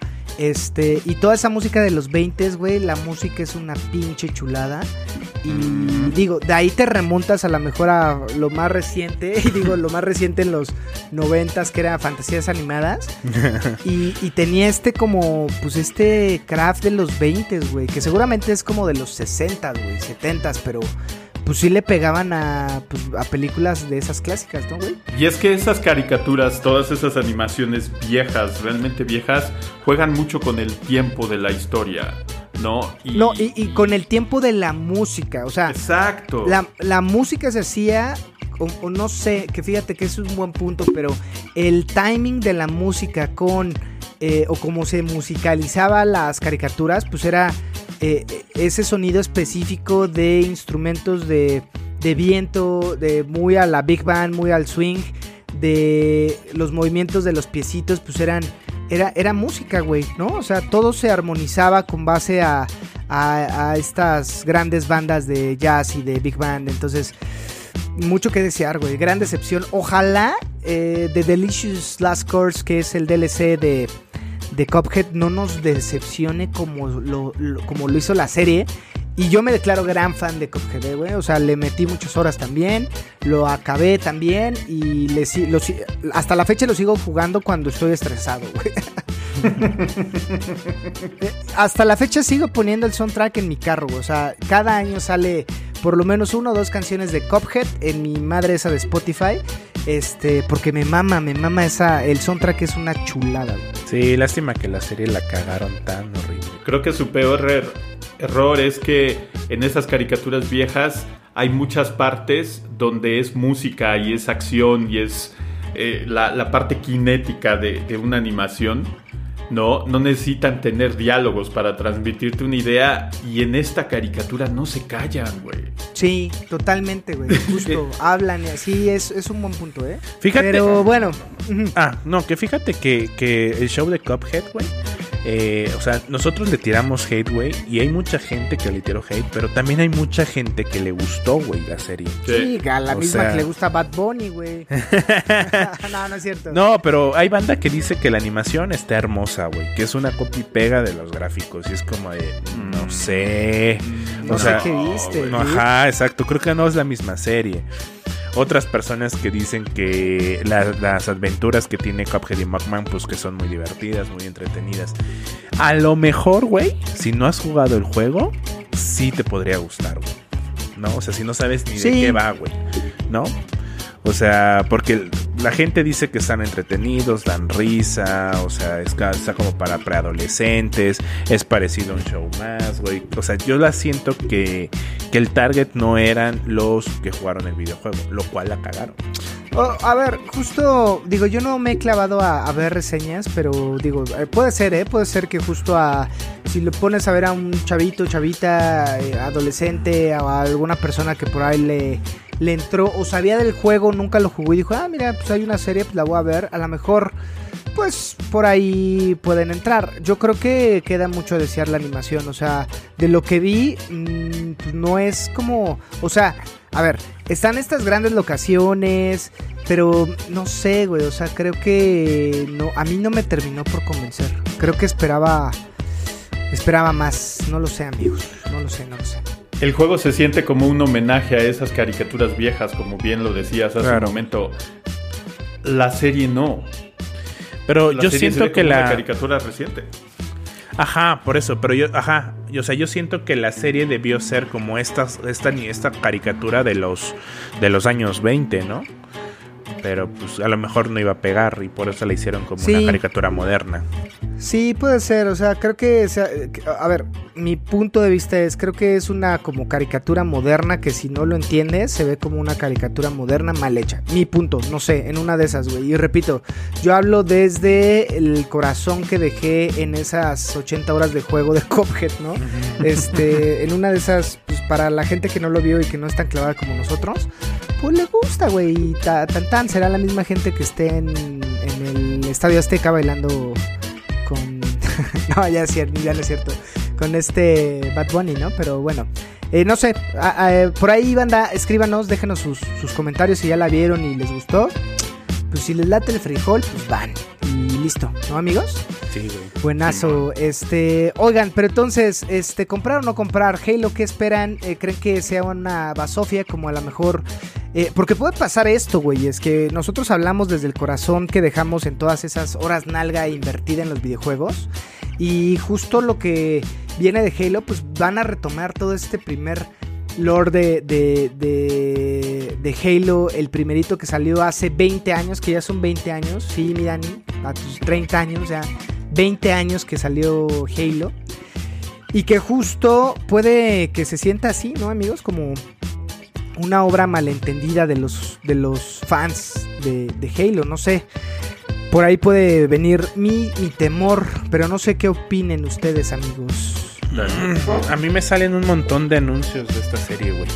Y toda esa música de los 20s, güey, la música es una pinche chulada. Y digo, de ahí te remontas a lo mejor a lo más reciente, y digo, lo más reciente en los 90s, que era fantasías animadas. y tenía como, pues craft de los 20s, güey, que seguramente es como de los 60s, güey, 70s, pero pues sí le pegaban a películas de esas clásicas, ¿no, güey? Y es que esas caricaturas, todas esas animaciones viejas, realmente viejas, juegan mucho con el tiempo de la historia, ¿no? Y con el tiempo de la música, o sea... Exacto. La música se hacía, o no sé, que fíjate que eso es un buen punto, pero el timing de la música con... o como se musicalizaba las caricaturas, pues era... ese sonido específico de instrumentos de viento, de muy a la big band, muy al swing, de los movimientos de los piecitos, pues era música, güey, ¿no? O sea, todo se armonizaba con base a estas grandes bandas de jazz y de big band. Entonces, mucho que desear, güey, gran decepción. Ojalá The Delicious Last Course, que es el DLC de Cuphead, no nos decepcione como lo hizo la serie. Y yo me declaro gran fan de Cuphead, güey. O sea, le metí muchas horas también, lo acabé también y hasta la fecha lo sigo jugando cuando estoy estresado, güey. Hasta la fecha sigo poniendo el soundtrack en mi carro, güey. O sea, cada año sale por lo menos 1 o 2 canciones de Cuphead en mi madre esa de Spotify. Porque me mama el soundtrack es una chulada, güey. Sí, lástima que la serie la cagaron tan horrible. Creo que su peor error es que en esas caricaturas viejas hay muchas partes donde es música y es acción y es la parte cinética de una animación. No necesitan tener diálogos para transmitirte una idea. Y en esta caricatura no se callan, güey. Sí, totalmente, güey. Justo hablan y así es un buen punto, ¿eh? Fíjate. Pero bueno. Que fíjate que el show de Cuphead, güey. O sea, nosotros le tiramos hate, güey, y hay mucha gente que le tiró hate, pero también hay mucha gente que le gustó, güey, la serie. Sí, a la misma que le gusta Bad Bunny, güey. No es cierto. No, pero hay banda que dice que la animación está hermosa, güey, que es una copia y pega de los gráficos, y es como de, no sé. No sé qué viste. No, ajá, exacto, creo que no es la misma serie. Otras personas que dicen que las aventuras que tiene Cuphead y Mugman, pues que son muy divertidas, muy entretenidas. A lo mejor, güey, si no has jugado el juego, sí te podría gustar, güey, ¿no? O sea, si no sabes ni de qué va, güey, ¿no? O sea, porque la gente dice que están entretenidos, dan risa, o sea, está como para preadolescentes, es parecido a un show más, güey. O sea, yo la siento que el target no eran los que jugaron el videojuego, lo cual la cagaron. A ver, justo, digo, yo no me he clavado a ver reseñas, pero digo, puede ser que justo si lo pones a ver a un chavita, adolescente, o a alguna persona que por ahí le entró o sabía del juego, nunca lo jugó y dijo, mira, pues hay una serie, pues la voy a ver, a lo mejor pues por ahí pueden entrar. Yo creo que queda mucho a desear la animación, o sea, de lo que vi, pues no es como, o sea, a ver, están estas grandes locaciones, pero no sé, güey, o sea, creo que no, a mí no me terminó por convencer. Creo que esperaba más, no lo sé, amigos, no lo sé. El juego se siente como un homenaje a esas caricaturas viejas, como bien lo decías hace un momento. La serie no. Pero yo siento que la caricatura reciente. Ajá, por eso, pero yo siento que la serie debió ser como esta caricatura de los años 20, ¿no? Pero pues a lo mejor no iba a pegar y por eso la hicieron como una caricatura moderna. Sí, puede ser, o sea, creo que, a ver, mi punto de vista es, creo que es una como caricatura moderna que si no lo entiendes, se ve como una caricatura moderna mal hecha. Mi punto, no sé, en una de esas, güey. Y repito, yo hablo desde el corazón que dejé en esas 80 horas de juego de Cuphead, ¿no? En una de esas, pues para la gente que no lo vio y que no es tan clavada como nosotros, pues le gusta, güey, y tan será la misma gente que esté en el Estadio Azteca bailando con... no, ya no es cierto, con Bad Bunny, ¿no? Pero bueno, no sé, por ahí, banda, escríbanos, déjenos sus comentarios si ya la vieron y les gustó. Pues si les late el frijol, pues van, y listo, ¿no, amigos? Sí, güey. Buenazo, oigan, pero entonces, ¿comprar o no comprar? Halo, ¿qué esperan? ¿Creen que sea una basofia como a lo mejor? Porque puede pasar esto, güey, es que nosotros hablamos desde el corazón que dejamos en todas esas horas nalga invertida en los videojuegos, y justo lo que viene de Halo, pues van a retomar todo este primer lore de Halo, el primerito que salió hace 20 años, que ya son 20 años, sí, mi Dani, a tus 30 años, ya 20 años que salió Halo, y que justo puede que se sienta así, ¿no, amigos? Como una obra malentendida de los fans de Halo, no sé. Por ahí puede venir mi temor, pero no sé qué opinen ustedes, amigos. A mí me salen un montón de anuncios de esta serie, güey.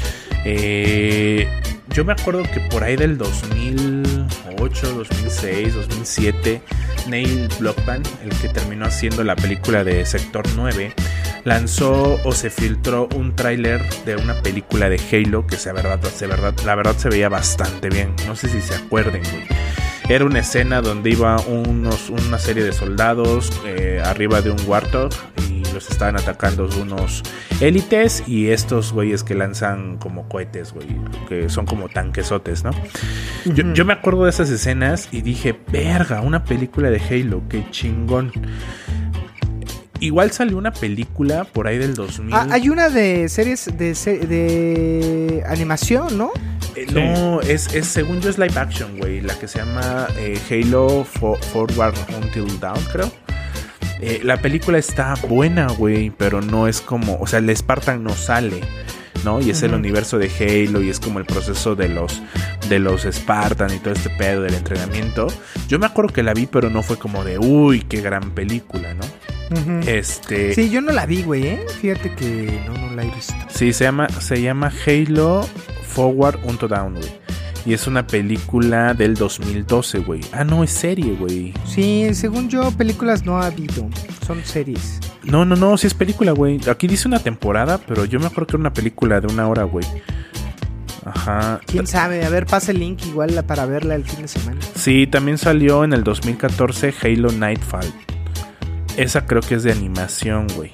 Yo me acuerdo que por ahí del 2008, 2006, 2007, Neil Blomkamp, el que terminó haciendo la película de Sector 9, lanzó o se filtró un tráiler de una película de Halo que la verdad se veía bastante bien. No sé si se acuerden, güey. Era una escena donde iba una serie de soldados arriba de un Warthog y los estaban atacando unos élites y estos güeyes que lanzan como cohetes, güey, que son como tanquesotes, ¿no? Uh-huh. Yo me acuerdo de esas escenas y dije, verga, una película de Halo, qué chingón. Igual salió una película por ahí del 2000. Hay una de series de animación, ¿no? No, según yo es live action, güey. La que se llama Halo Forward Until Dawn, creo. La película está buena, güey, pero no es como... O sea, el Spartan no sale, ¿no? Y es el universo de Halo y es como el proceso de los Spartan y todo este pedo del entrenamiento. Yo me acuerdo que la vi, pero no fue como de... Uy, qué gran película, ¿no? Uh-huh. Sí, yo no la vi, güey, Fíjate que no la he visto. Sí, se llama Halo Forward Unto Down, güey. Y es una película del 2012, güey. Ah, no, es serie, güey. Sí, según yo, películas no ha habido. Son series. No, sí es película, güey. Aquí dice una temporada, pero yo me acuerdo que era una película de 1 hora, güey. Ajá. ¿Quién sabe? A ver, pasa el link igual para verla el fin de semana. Sí, también salió en el 2014 Halo Nightfall. Esa creo que es de animación, güey.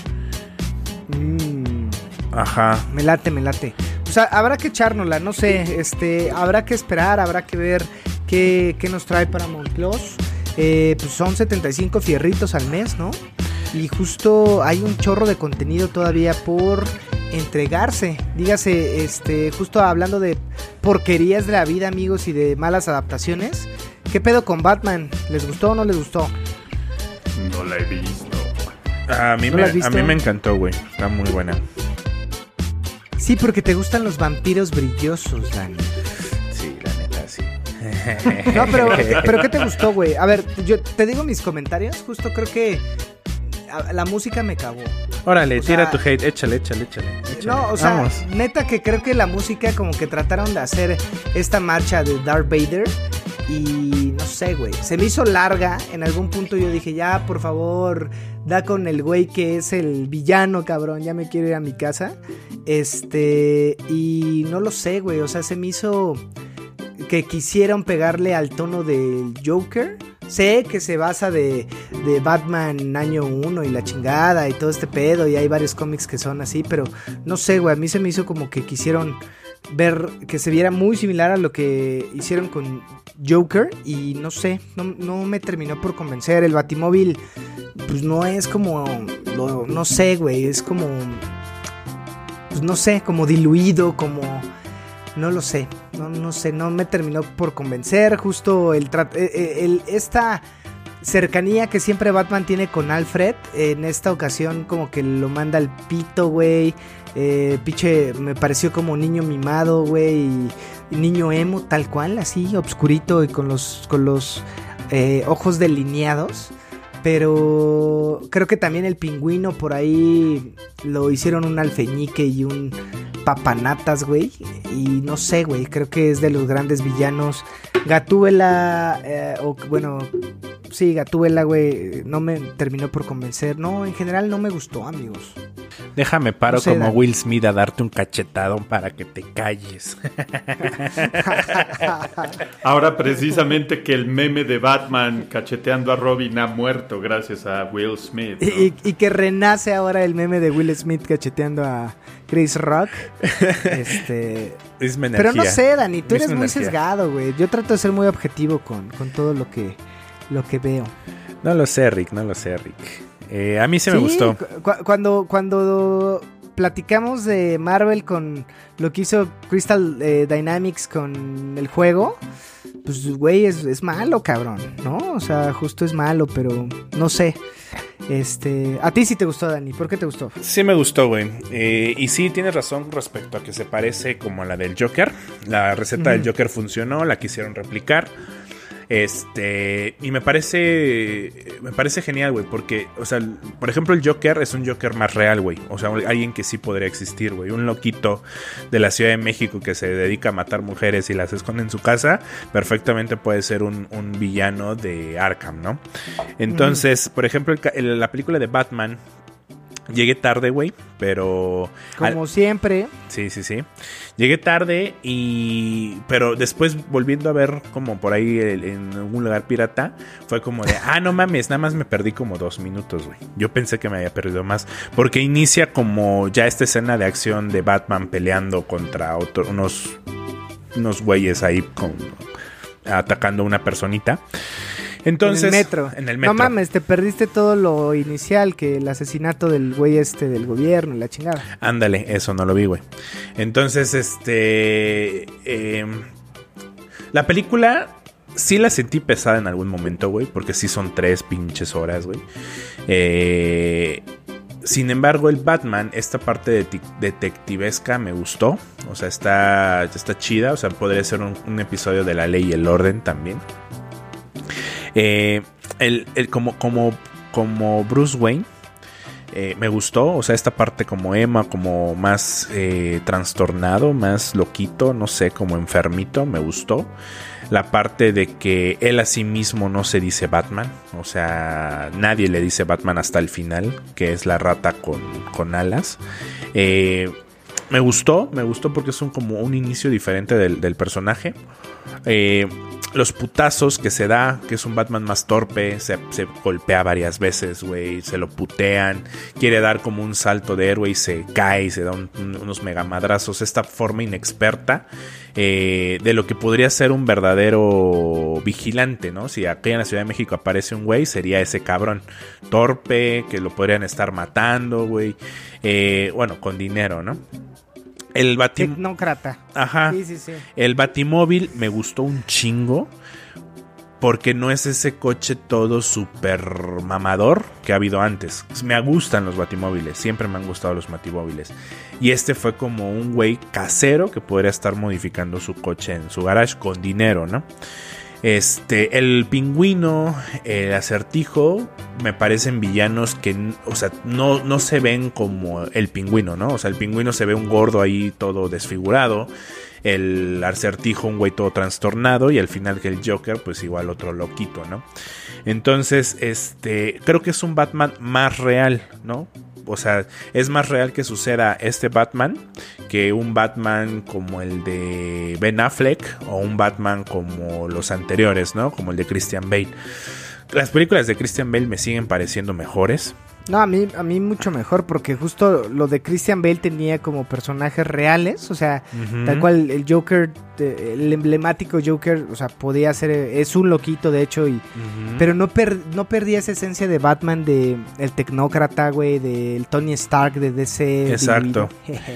Ajá. Me late. O sea, habrá que echárnosla, no sé, habrá que esperar, habrá que ver qué nos trae Paramount Plus. Pues son 75 fierritos al mes, ¿no? Y justo hay un chorro de contenido todavía por entregarse. Dígase, justo hablando de porquerías de la vida, amigos, y de malas adaptaciones. ¿Qué pedo con Batman? ¿Les gustó o no les gustó? No la he visto. A mí me encantó, güey. Está muy buena. Sí, porque te gustan los vampiros brillosos, Dani. Sí, la neta, sí. No, pero ¿qué te gustó, güey? A ver, yo te digo mis comentarios. Justo creo que la música me cagó. Órale, O sea, tira tu hate, échale. No, o sea, Vamos. neta que creo que la música como que trataron de hacer esta marcha de Darth Vader y no sé, güey, se me hizo larga. En algún punto yo dije, ya, por favor, da con el güey que es el villano, cabrón, ya me quiero ir a mi casa. Y no lo sé, güey, o sea, se me hizo que quisieron pegarle al tono del Joker. Sé que se basa de Batman año 1 y la chingada y todo este pedo, y hay varios cómics que son así, pero no sé, güey, a mí se me hizo como que quisieron ver que se viera muy similar a lo que hicieron con Joker, y no sé, no me terminó por convencer. El Batimóvil pues no es como, no sé, güey, es como, pues no sé, como diluido, como... No lo sé, no sé, no me terminó por convencer. Justo esta cercanía que siempre Batman tiene con Alfred, en esta ocasión como que lo manda al pito, güey. Piche, me pareció como niño mimado, güey, y niño emo, tal cual, así, obscurito y con los ojos delineados. Pero creo que también el Pingüino por ahí lo hicieron un alfeñique y un papanatas, güey. Y no sé, güey, creo que es de los grandes villanos. Gatúbela, sí, Gatúbela, güey, no me terminó por convencer. No, en general no me gustó, amigos. Déjame paro No sé, como Dan. Will Smith a darte un cachetadón para que te calles. Ahora precisamente que el meme de Batman cacheteando a Robin ha muerto gracias a Will Smith, ¿no? Y que renace ahora el meme de Will Smith cacheteando a Chris Rock. Es mi Pero no energía. sé, Dani, tú eres Misma muy energía. sesgado, güey. Yo trato de ser muy objetivo con todo lo que veo. No lo sé, Rick. A mí sí me gustó. Cuando platicamos de Marvel con lo que hizo Crystal Dynamics con el juego, pues, güey, es malo, cabrón, ¿no? O sea, justo es malo, pero no sé. A ti sí te gustó, Dani. ¿Por qué te gustó? Sí me gustó, güey. Y sí, tienes razón respecto a que se parece como a la del Joker. La receta del Joker funcionó, la quisieron replicar. Y me parece genial, güey, porque, o sea, por ejemplo, el Joker es un Joker más real, güey. O sea, alguien que sí podría existir, güey. Un loquito de la Ciudad de México que se dedica a matar mujeres y las esconde en su casa, perfectamente puede ser un villano de Arkham, ¿no? Entonces, por ejemplo, la película de Batman, llegué tarde, güey, pero... Como siempre. Sí. Llegué tarde pero después volviendo a ver como por ahí en algún lugar pirata, fue como de, no mames, nada más me perdí como 2 minutos, güey. Yo pensé que me había perdido más, porque inicia como ya esta escena de acción de Batman peleando contra unos güeyes ahí atacando a una personita. Entonces, en el metro. No mames, te perdiste todo lo inicial, que el asesinato del güey del gobierno, la chingada. Ándale, eso no lo vi, güey. Entonces, la película sí la sentí pesada en algún momento, güey, porque sí son 3 pinches horas, güey. Sin embargo, el Batman, esta parte detectivesca me gustó. O sea, está chida. O sea, podría ser un episodio de La Ley y el Orden también. Como Bruce Wayne, me gustó. O sea, esta parte como Emma, como más trastornado, más loquito, no sé, como enfermito, me gustó. La parte de que él a sí mismo no se dice Batman. O sea, nadie le dice Batman hasta el final, que es la rata con alas. Me gustó porque es como un inicio diferente del personaje. Los putazos que se da, que es un Batman más torpe, se golpea varias veces, güey, se lo putean, quiere dar como un salto de héroe y se cae y se da unos megamadrazos. Esta forma inexperta de lo que podría ser un verdadero vigilante, ¿no? Si aquí en la Ciudad de México aparece un güey, sería ese cabrón torpe que lo podrían estar matando, güey. Bueno, con dinero, ¿no? Tecnócrata. Ajá. Sí. El Batimóvil me gustó un chingo, porque no es ese coche todo súper mamador que ha habido antes. Me gustan los Batimóviles, siempre me han gustado los Batimóviles. Y este fue como un güey casero que podría estar modificando su coche en su garage con dinero, ¿no? El Pingüino, el Acertijo, me parecen villanos que, o sea, no se ven como el Pingüino, ¿no? O sea, el Pingüino se ve un gordo ahí todo desfigurado, el Acertijo un güey todo trastornado, y al final que el Joker, pues igual otro loquito, ¿no? Entonces, creo que es un Batman más real, ¿no? O sea, es más real que suceda este Batman que un Batman como el de Ben Affleck o un Batman como los anteriores, ¿no? Como el de Christian Bale. Las películas de Christian Bale me siguen pareciendo mejores. No, a mí mucho mejor, porque justo lo de Christian Bale tenía como personajes reales, o sea, tal cual el Joker, el emblemático Joker, o sea, podía ser, es un loquito de hecho, pero no perdía esa esencia de Batman, de el tecnócrata, güey, del Tony Stark de DC. Exacto.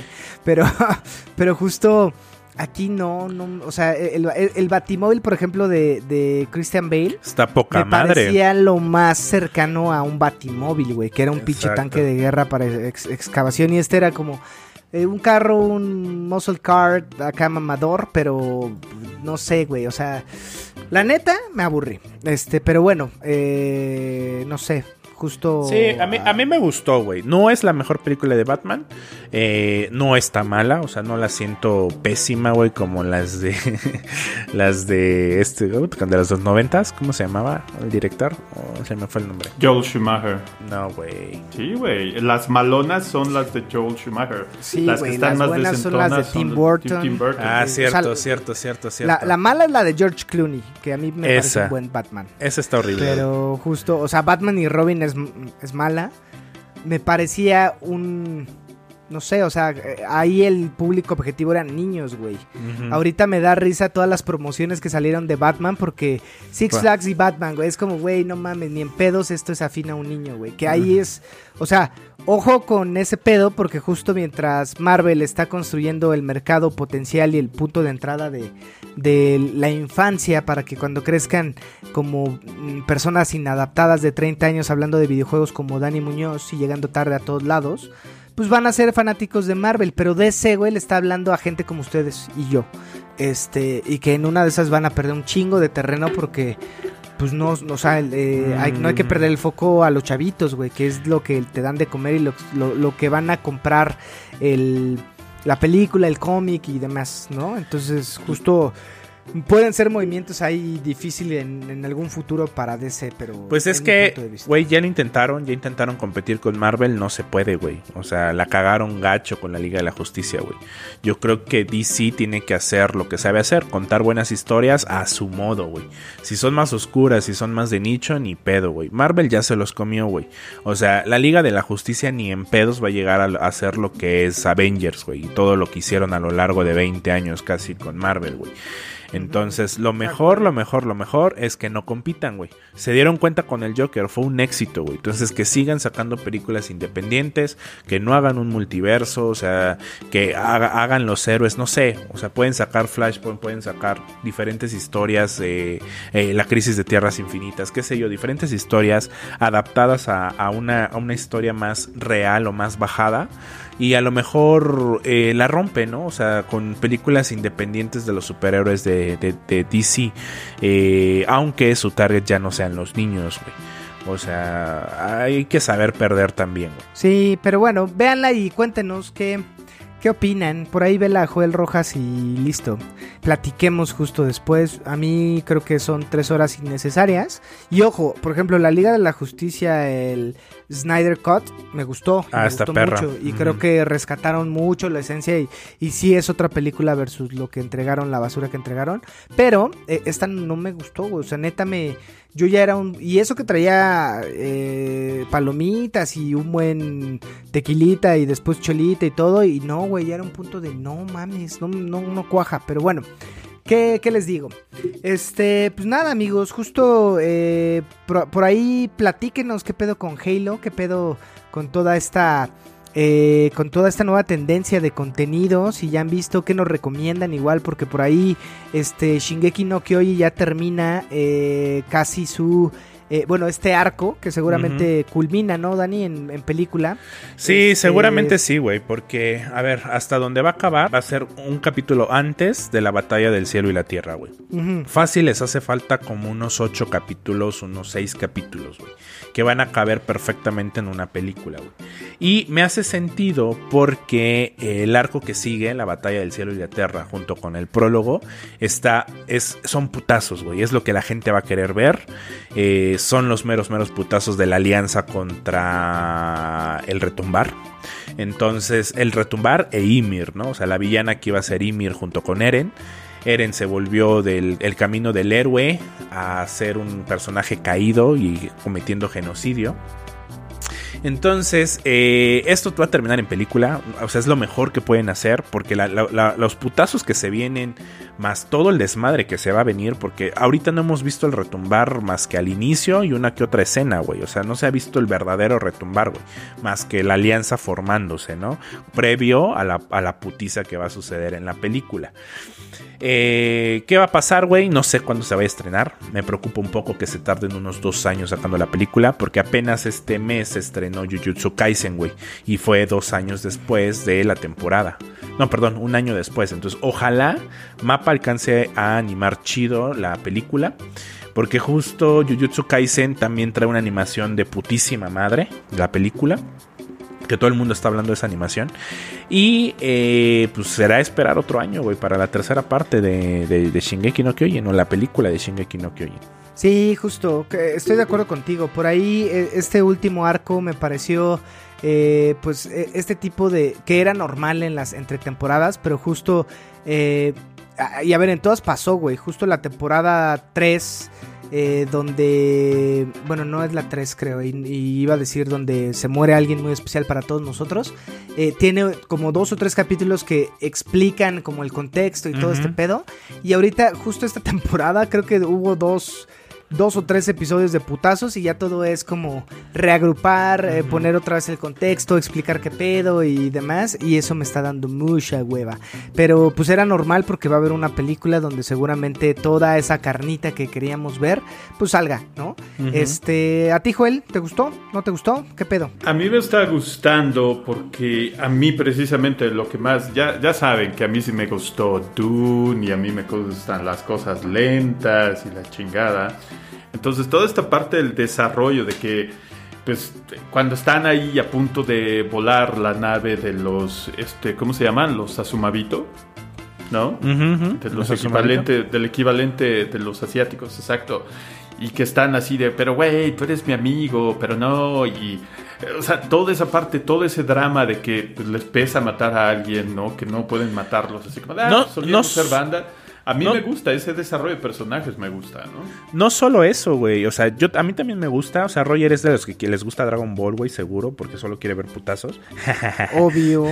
Pero justo aquí no, o sea, el Batimóvil, por ejemplo, de Christian Bale está poca madre. Me parecía lo más cercano a un Batimóvil, güey, que era un pinche tanque de guerra para excavación, y era como un carro, un muscle car acá mamador, pero no sé, güey, o sea, la neta me aburrí, pero bueno, no sé. Justo... Sí, a mí me gustó, güey. No es la mejor película de Batman. No está mala. O sea, no la siento pésima, güey, como las de... las de de los 90s. ¿Cómo se llamaba el director? Se me fue el nombre. Joel Schumacher. No, güey. Sí, güey. Las malonas son las de Joel Schumacher. Sí, las que están las más buenas son las de Tim Burton. Ah, cierto, o sea, cierto. La mala es la de George Clooney, que a mí me parece un buen Batman. Esa está horrible. Pero justo, o sea, Batman y Robin es mala. Me parecía no sé, o sea, ahí el público objetivo eran niños, güey. Ahorita me da risa todas las promociones que salieron de Batman, porque Six Flags y Batman, güey, es como, güey, no mames, ni en pedos esto es afín a un niño, güey. Que ahí es, o sea, ojo con ese pedo, porque justo mientras Marvel está construyendo el mercado potencial y el punto de entrada de la infancia, para que cuando crezcan como personas inadaptadas de 30 años hablando de videojuegos como Dani Muñoz y llegando tarde a todos lados, pues van a ser fanáticos de Marvel, pero DC, güey, le está hablando a gente como ustedes y yo, y que en una de esas van a perder un chingo de terreno porque, pues no, o sea, no hay que perder el foco a los chavitos, güey, que es lo que te dan de comer y lo que van a comprar la película, el cómic y demás, ¿no? Entonces, justo... pueden ser movimientos ahí difíciles en algún futuro para DC, pero... Pues es que, güey, ya intentaron competir con Marvel, no se puede, güey. O sea, la cagaron gacho con la Liga de la Justicia, güey. Yo creo que DC tiene que hacer lo que sabe hacer, contar buenas historias a su modo, güey. Si son más oscuras, si son más de nicho, ni pedo, güey. Marvel ya se los comió, güey. O sea, la Liga de la Justicia ni en pedos va a llegar a hacer lo que es Avengers, güey. Y todo lo que hicieron a lo largo de 20 años casi con Marvel, güey. Entonces, lo mejor es que no compitan, güey. Se dieron cuenta con el Joker, fue un éxito, güey. Entonces, que sigan sacando películas independientes, que no hagan un multiverso, o sea, que hagan los héroes, no sé. O sea, pueden sacar Flashpoint, pueden sacar diferentes historias, la crisis de Tierras Infinitas, qué sé yo, diferentes historias adaptadas a una historia más real o más bajada. Y a lo mejor la rompe, ¿no? O sea, con películas independientes de los superhéroes de DC. Aunque su target ya no sean los niños, güey. O sea, hay que saber perder también, güey. Sí, pero bueno, véanla y cuéntenos qué opinan. Por ahí vela a Joel Rojas y listo. Platiquemos justo después. A mí creo que son 3 horas innecesarias. Y ojo, por ejemplo, la Liga de la Justicia, el Snyder Cut, me gustó. Me gustó mucho. Y creo que rescataron mucho la esencia. Y sí es otra película versus lo que entregaron, la basura que entregaron. Pero esta no me gustó, güey. O sea, neta yo ya era y eso que traía palomitas y un buen tequilita y después cholita y todo. Y no, güey, ya era un punto de no mames, no cuaja. Pero bueno, ¿qué les digo? Pues nada, amigos, justo por ahí platíquenos qué pedo con Halo, qué pedo con toda esta nueva tendencia de contenido. Si ya han visto, que nos recomiendan igual, porque por ahí Shingeki no Kyoji ya termina casi su bueno, este arco que seguramente culmina, ¿no, Dani, en película? Sí, seguramente sí, güey, porque, a ver, hasta donde va a acabar va a ser un capítulo antes de la batalla del cielo y la tierra, güey. Fácil, les hace falta como unos 8 capítulos, unos 6 capítulos, güey, que van a caber perfectamente en una película, güey. Y me hace sentido porque el arco que sigue, la batalla del cielo y la tierra, junto con el prólogo, son putazos, güey, es lo que la gente va a querer ver. Son los meros putazos de la alianza contra el Retumbar. Entonces, el Retumbar e Ymir, ¿no? O sea, la villana que iba a ser Ymir junto con Eren. Eren se volvió del camino del héroe a ser un personaje caído y cometiendo genocidio. Entonces, esto va a terminar en película. O sea, es lo mejor que pueden hacer, porque los putazos que se vienen, más todo el desmadre que se va a venir, porque ahorita no hemos visto el Retumbar más que al inicio y una que otra escena, güey. O sea, no se ha visto el verdadero Retumbar, güey, más que la alianza formándose, ¿no? Previo a la putiza que va a suceder en la película. ¿Qué va a pasar, güey? No sé cuándo se va a estrenar. Me preocupa un poco que se tarden unos 2 años sacando la película, porque apenas este mes se estrenó Jujutsu Kaisen, güey, y fue 2 años después de la temporada. No, perdón, 1 año después. Entonces, ojalá Mappa alcance a animar chido la película, porque justo Jujutsu Kaisen también trae una animación de putísima madre, la película, que todo el mundo está hablando de esa animación. Y pues será esperar otro año, güey, para la tercera parte de Shingeki no Kyojin, o la película de Shingeki no Kyojin. Sí, justo, estoy de acuerdo contigo. Por ahí este último arco me pareció pues este tipo de que era normal en las entre temporadas, pero justo y a ver, en todas pasó, güey. Justo la temporada 3, donde, bueno, no es la 3 creo, y iba a decir donde se muere alguien muy especial para todos nosotros, tiene como 2 o 3 capítulos que explican como el contexto y todo este pedo, y ahorita justo esta temporada creo que hubo 2 o 3 episodios de putazos y ya todo es como reagrupar, poner otra vez el contexto, explicar qué pedo y demás, y eso me está dando mucha hueva. Pero pues era normal porque va a haber una película donde seguramente toda esa carnita que queríamos ver pues salga, ¿no? ¿A ti, Joel, te gustó? ¿No te gustó? ¿Qué pedo? A mí me está gustando porque a mí precisamente lo que más, ya saben que a mí sí me gustó Dune y a mí me gustan las cosas lentas y la chingada. Entonces toda esta parte del desarrollo de que pues cuando están ahí a punto de volar la nave de los ¿cómo se llaman? Los Azumabito, ¿no? De los del equivalente de los asiáticos, exacto. Y que están así de, pero güey, tú eres mi amigo, pero no, y o sea, toda esa parte, todo ese drama de que pues, les pesa matar a alguien, ¿no? Que no pueden matarlos, así como, solíamos ser banda. A mí me gusta ese desarrollo de personajes, me gusta, ¿no? No solo eso, güey. O sea, a mí también me gusta. O sea, Roger es de los que les gusta Dragon Ball, güey, seguro, porque solo quiere ver putazos. Obvio.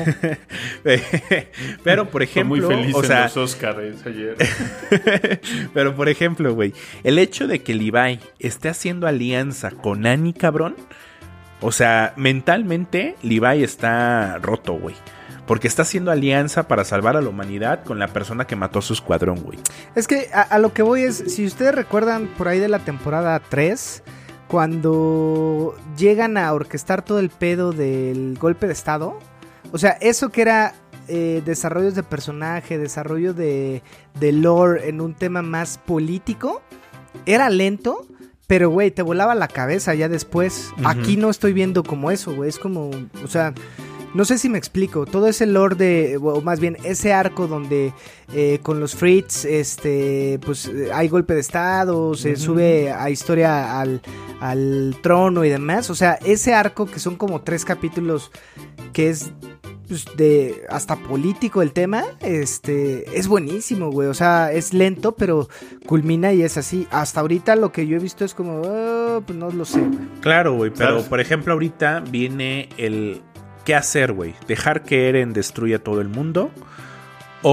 Pero, por ejemplo... Fue muy feliz, o sea, en los Oscars ayer. Pero, por ejemplo, güey, el hecho de que Levi esté haciendo alianza con Annie, cabrón. O sea, mentalmente, Levi está roto, güey. Porque está haciendo alianza para salvar a la humanidad con la persona que mató a su escuadrón, güey. Es que a lo que voy es, si ustedes recuerdan por ahí de la temporada 3, cuando llegan a orquestar todo el pedo del golpe de estado, o sea, eso que era desarrollos de personaje, desarrollo de lore en un tema más político, era lento, pero güey, te volaba la cabeza ya después. Aquí no estoy viendo como eso, güey, es como, o sea... No sé si me explico, todo ese lore o más bien ese arco donde con los Fritz, pues hay golpe de estado, se sube a historia al trono y demás. O sea, ese arco que son como 3 capítulos que es pues, de hasta político el tema, es buenísimo, güey. O sea, es lento, pero culmina y es así. Hasta ahorita lo que yo he visto es como, pues no lo sé, güey. Claro, güey, pero por ejemplo ahorita viene el... ¿Qué hacer, güey? ¿Dejar que Eren destruya todo el mundo? ¿O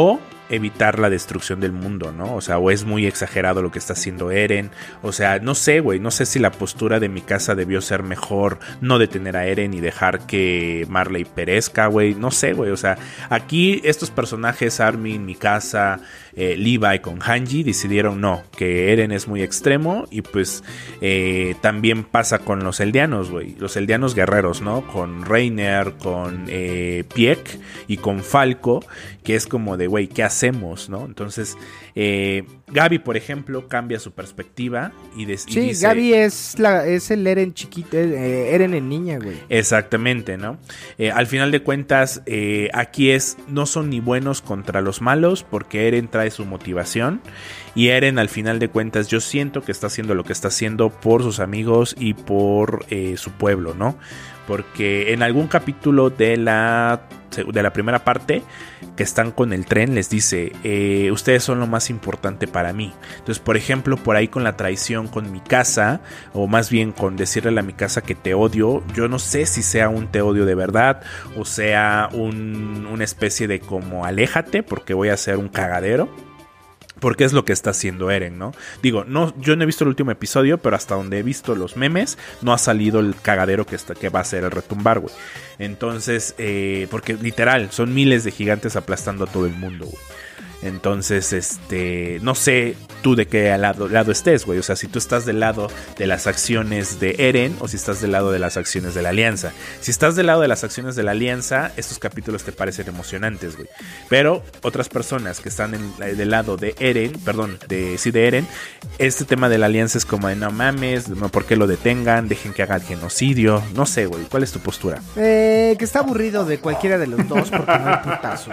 evitar la destrucción del mundo, ¿no? O sea, o es muy exagerado lo que está haciendo Eren. O sea, no sé, güey, no sé si la postura de Mikasa debió ser mejor, no detener a Eren y dejar que Marley perezca, güey. No sé, güey, o sea, aquí estos personajes, Armin, Mikasa, Levi con Hanji, decidieron no, que Eren es muy extremo y pues también pasa con los eldianos, güey. Los eldianos guerreros, ¿no? Con Reiner, con Pieck y con Falco, que es como de, güey, ¿qué hacemos, no? Entonces, Gaby, por ejemplo, cambia su perspectiva y dice... Gaby es el Eren chiquito, Eren en niña, güey. Exactamente, ¿no? Al final de cuentas, aquí no son ni buenos contra los malos, porque Eren trae su motivación, y Eren, al final de cuentas, yo siento que está haciendo lo que está haciendo por sus amigos y por su pueblo, ¿no? Porque en algún capítulo de la primera parte, que están con el tren, les dice, ustedes son lo más importante para mí. Entonces, por ejemplo, por ahí con la traición con Mikasa, o más bien con decirle a Mikasa que te odio, yo no sé si sea un te odio de verdad, o sea una especie de como aléjate porque voy a ser un cagadero. Porque es lo que está haciendo Eren, ¿no? Digo, yo no he visto el último episodio, pero hasta donde he visto los memes, no ha salido el cagadero que va a ser el retumbar, güey. Entonces, porque literal, son miles de gigantes aplastando a todo el mundo, güey. Entonces, no sé tú de qué lado estés, güey. O sea, si tú estás del lado de las acciones de Eren o si estás del lado de las acciones de la Alianza. Si estás del lado de las acciones de la Alianza, estos capítulos te parecen emocionantes, güey. Pero otras personas que están del lado de Eren, de Eren, este tema de la Alianza es como de no mames, no, ¿por qué lo detengan? Dejen que haga el genocidio. No sé, güey. ¿Cuál es tu postura? Que está aburrido de cualquiera de los dos porque no hay putazo.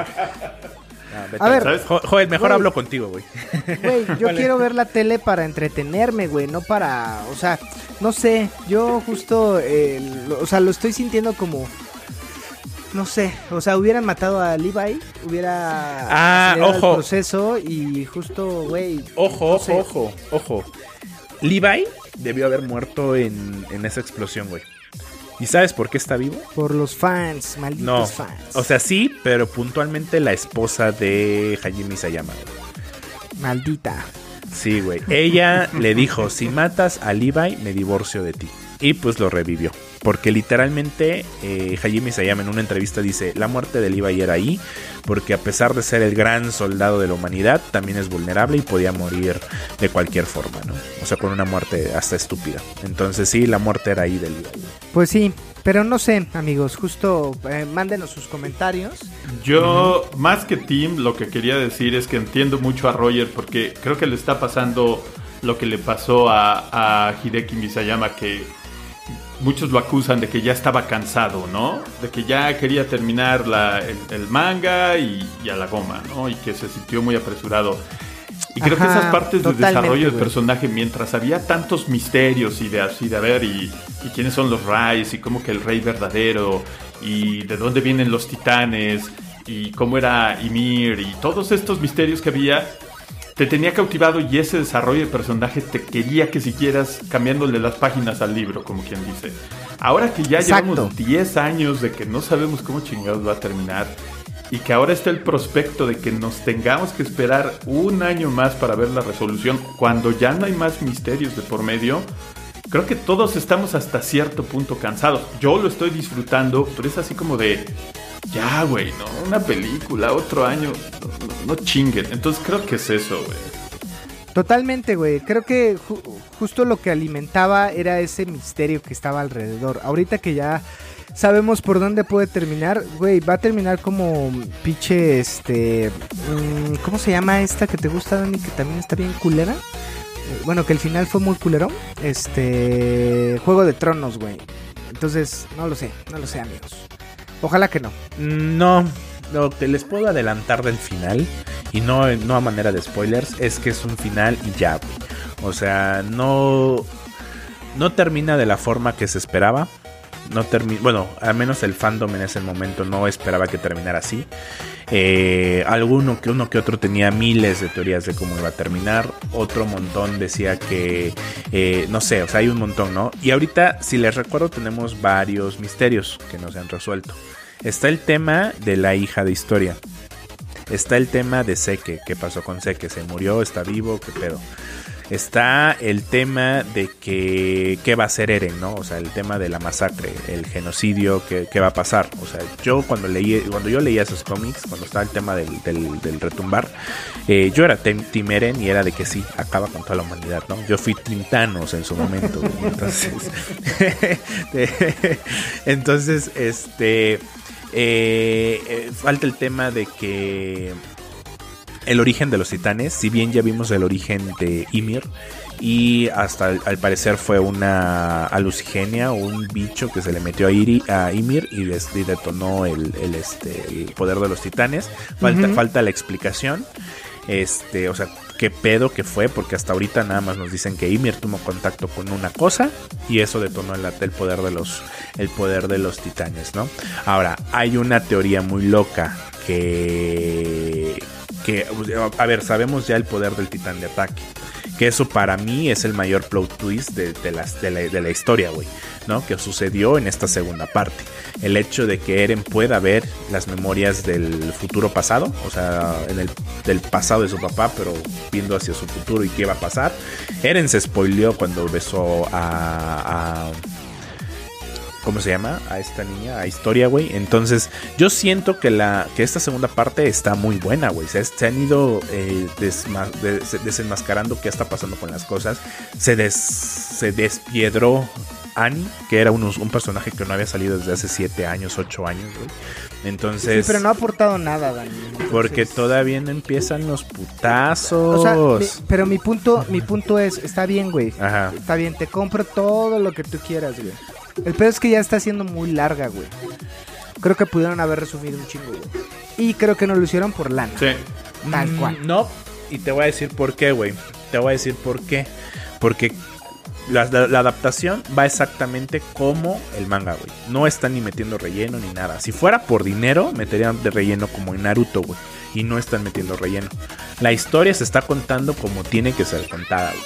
A ver, Joel, mejor hablo contigo, güey. Güey, yo quiero ver la tele para entretenerme, güey, no para, o sea, no sé, yo justo, lo estoy sintiendo como, no sé, o sea, hubieran matado a Levi, hubiera acelerado el proceso y justo, güey. Ojo. Levi debió haber muerto en esa explosión, güey. ¿Y sabes por qué está vivo? Por los fans, malditos fans. O sea, sí, pero puntualmente la esposa de Hajime Isayama. Maldita. Sí, güey. Ella le dijo, si matas a Levi, me divorcio de ti. Y pues lo revivió. Porque literalmente Hajime Isayama en una entrevista dice, la muerte de Levi era ahí, porque a pesar de ser el gran soldado de la humanidad, también es vulnerable y podía morir de cualquier forma, ¿no? O sea, con una muerte hasta estúpida. Entonces sí, la muerte era ahí de Levi. Pues sí, pero no sé, amigos, justo mándenos sus comentarios. Yo, más que Tim, lo que quería decir es que entiendo mucho a Roger, porque creo que le está pasando lo que le pasó a Hideki Misayama, que muchos lo acusan de que ya estaba cansado, ¿no? De que ya quería terminar el manga y a la goma, ¿no? Y que se sintió muy apresurado. Y creo que esas partes del desarrollo del personaje, mientras había tantos misterios y de ver y quiénes son los Rais y cómo que el rey verdadero y de dónde vienen los titanes y cómo era Ymir y todos estos misterios que había, te tenía cautivado y ese desarrollo de personaje te quería que siguieras cambiándole las páginas al libro, como quien dice. Ahora que ya llevamos 10 años de que no sabemos cómo chingados va a terminar y que ahora está el prospecto de que nos tengamos que esperar un año más para ver la resolución cuando ya no hay más misterios de por medio, creo que todos estamos hasta cierto punto cansados. Yo lo estoy disfrutando, pero es así como de... Ya, güey, ¿no? Una película, otro año, no chinguen. Entonces creo que es eso, güey. Totalmente, güey. Creo que justo lo que alimentaba era ese misterio que estaba alrededor. Ahorita que ya sabemos por dónde puede terminar, güey, va a terminar como pinche, ¿cómo se llama esta que te gusta, Dani? Que también está bien culera. Bueno, que el final fue muy culero. Juego de Tronos, güey. Entonces, no lo sé, amigos. Ojalá que no. No, lo que les puedo adelantar del final, y no a manera de spoilers, es que es un final y ya, güey. O sea, no termina de la forma que se esperaba. Bueno, al menos el fandom en ese momento no esperaba que terminara así. Uno que otro tenía miles de teorías de cómo iba a terminar. Otro montón decía que no sé, o sea, hay un montón, ¿no? Y ahorita, si les recuerdo, tenemos varios misterios que no se han resuelto. Está el tema de la hija de Historia. Está el tema de Seke, ¿qué pasó con Seke? ¿Se murió? ¿Está vivo? ¿Qué pedo? Está el tema de que qué va a hacer Eren, ¿no? O sea, el tema de la masacre, el genocidio, qué va a pasar. O sea, yo cuando yo leía esos cómics, cuando estaba el tema del retumbar, yo era Team Eren y era de que sí, acaba con toda la humanidad, ¿no? Yo fui Team Thanos en su momento, entonces, falta el tema de que el origen de los titanes, si bien ya vimos el origen de Ymir y hasta al parecer fue una alucigenia o un bicho que se le metió a Ymir y detonó el poder de los titanes. Falta la explicación. O sea, qué pedo que fue, porque hasta ahorita nada más nos dicen que Ymir tuvo contacto con una cosa y eso detonó el poder de los titanes, ¿no? Ahora, hay una teoría muy loca que a ver, sabemos ya el poder del titán de ataque, que eso para mí es el mayor plot twist de la historia, güey, ¿no? Que sucedió en esta segunda parte. El hecho de que Eren pueda ver las memorias del futuro pasado, o sea, del pasado de su papá, pero viendo hacia su futuro y qué va a pasar. Eren se spoileó cuando besó a ¿cómo se llama? A esta niña, a Historia, güey. Entonces, yo siento que esta segunda parte está muy buena, güey. Se han ido desenmascarando qué está pasando con las cosas. Se despiedró Annie, que era un personaje que no había salido desde hace 7 años, 8 años, güey. Entonces... Sí, pero no ha aportado nada, Dani. Entonces... Porque todavía no empiezan los putazos. O sea, pero mi punto es, está bien, güey. Ajá. Está bien, te compro todo lo que tú quieras, güey. El pedo es que ya está siendo muy larga, güey. Creo que pudieron haber resumido un chingo, güey. Y creo que no lo hicieron por lana. Sí. Tal cual. No, y te voy a decir por qué, güey. Te voy a decir por qué. Porque la adaptación va exactamente como el manga, güey. No están ni metiendo relleno ni nada. Si fuera por dinero, meterían de relleno como en Naruto, güey. Y no están metiendo relleno. La historia se está contando como tiene que ser contada, güey.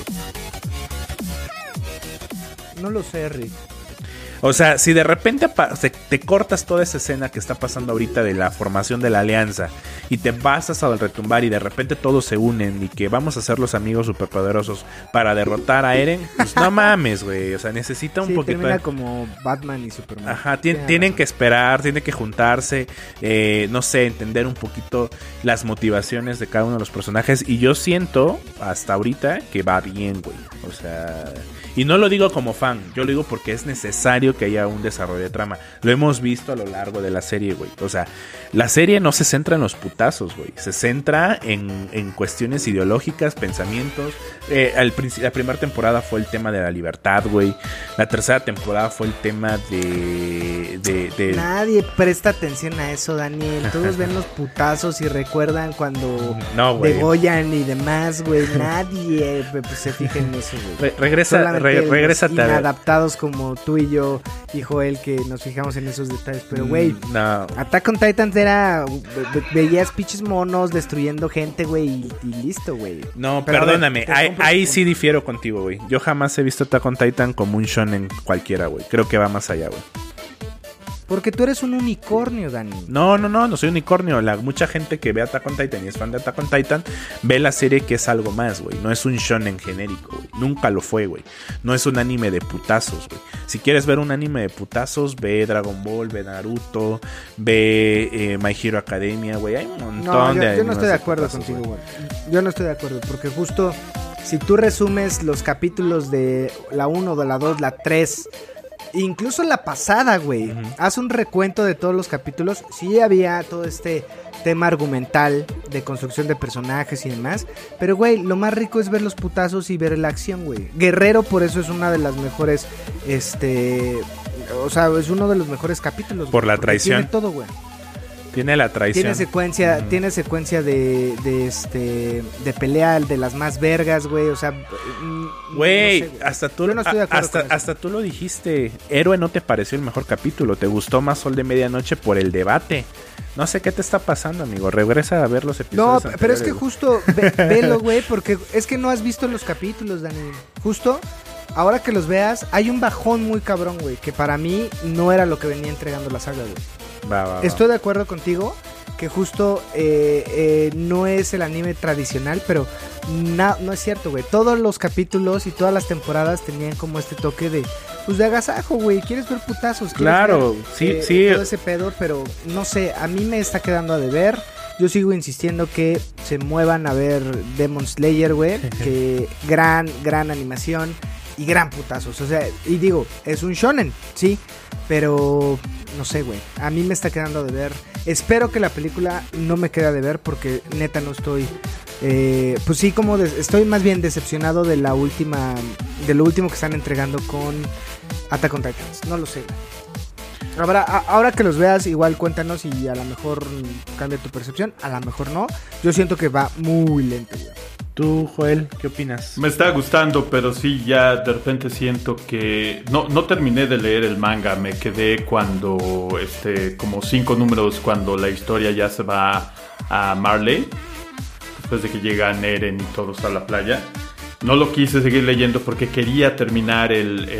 No lo sé, Rick. O sea, si de repente te cortas toda esa escena que está pasando ahorita de la formación de la alianza y te pasas al retumbar y de repente todos se unen y que vamos a ser los amigos superpoderosos para derrotar a Eren, pues no mames, güey. O sea, necesita un poquito. Termina como Batman y Superman. Ajá, tienen que esperar, tienen que juntarse, no sé, entender un poquito las motivaciones de cada uno de los personajes. Y yo siento hasta ahorita que va bien, güey. O sea... Y no lo digo como fan, yo lo digo porque es necesario que haya un desarrollo de trama. Lo hemos visto a lo largo de la serie, güey. O sea, la serie no se centra en los putazos, güey. Se centra en cuestiones ideológicas, pensamientos. La primera temporada fue el tema de la libertad, güey. La tercera temporada fue el tema de... Nadie presta atención a eso, Daniel. Todos ven los putazos y recuerdan cuando degollan y demás, güey. Nadie pues, se fija en eso, güey. Regrésate. Inadaptados como tú y yo y Joel, que nos fijamos en esos detalles. Pero, güey, no. Attack on Titan era... Veías pinches monos destruyendo gente, güey, y listo, güey. No, pero perdóname. Ahí sí difiero contigo, güey. Yo jamás he visto Attack on Titan como un shonen cualquiera, güey. Creo que va más allá, güey. Porque tú eres un unicornio, Dani. No soy unicornio. Mucha gente que ve Attack on Titan y es fan de Attack on Titan ve la serie que es algo más, güey. No es un shonen genérico, güey. Nunca lo fue, güey. No es un anime de putazos, güey. Si quieres ver un anime de putazos, ve Dragon Ball, ve Naruto, ve My Hero Academia, güey. Hay un montón de animes. Yo no estoy de acuerdo contigo, güey. Yo no estoy de acuerdo, porque justo si tú resumes los capítulos de la 1, de la 2, la 3... Incluso la pasada, güey. Haz un recuento de todos los capítulos. Sí había todo este tema argumental de construcción de personajes y demás. Pero, güey, lo más rico es ver los putazos y ver la acción, güey. Guerrero, por eso es una de las mejores, o sea, es uno de los mejores capítulos. Por la traición. Tiene todo, güey. Tiene la traición. Tiene secuencia de pelea de las más vergas, güey. O sea, güey, no sé, hasta tú, yo no estoy de acuerdo con eso. Hasta tú lo dijiste. Héroe no te pareció el mejor capítulo. Te gustó más Sol de Medianoche por el debate. No sé qué te está pasando, amigo. Regresa a ver los episodios. No, pero es que justo velo, güey, porque es que no has visto los capítulos, Daniel. Justo ahora que los veas, hay un bajón muy cabrón, güey, que para mí no era lo que venía entregando la saga, güey. Va. Estoy de acuerdo contigo, que justo no es el anime tradicional, pero no es cierto, güey. Todos los capítulos y todas las temporadas tenían como este toque de agasajo, güey. ¿Quieres ver putazos? Claro, ver, sí. todo ese pedo, pero no sé, a mí me está quedando a deber. Yo sigo insistiendo que se muevan a ver Demon Slayer, güey. Que gran animación y gran putazos. O sea, y digo, es un shonen, sí, pero no sé, güey. A mí me está quedando a deber. Espero que la película no me quede a deber porque neta no estoy... pues sí, como estoy más bien decepcionado de lo último que están entregando con Attack on Titans. No lo sé, güey. Ahora que los veas, igual cuéntanos y a lo mejor cambia tu percepción, a lo mejor no. Yo siento que va muy lento, güey. Tú, Joel, ¿qué opinas? Me está gustando, pero sí, ya de repente siento que... No terminé de leer el manga, me quedé cuando, como 5 números, cuando la historia ya se va a Marley, después de que llegan Eren y todos a la playa. No lo quise seguir leyendo porque quería terminar el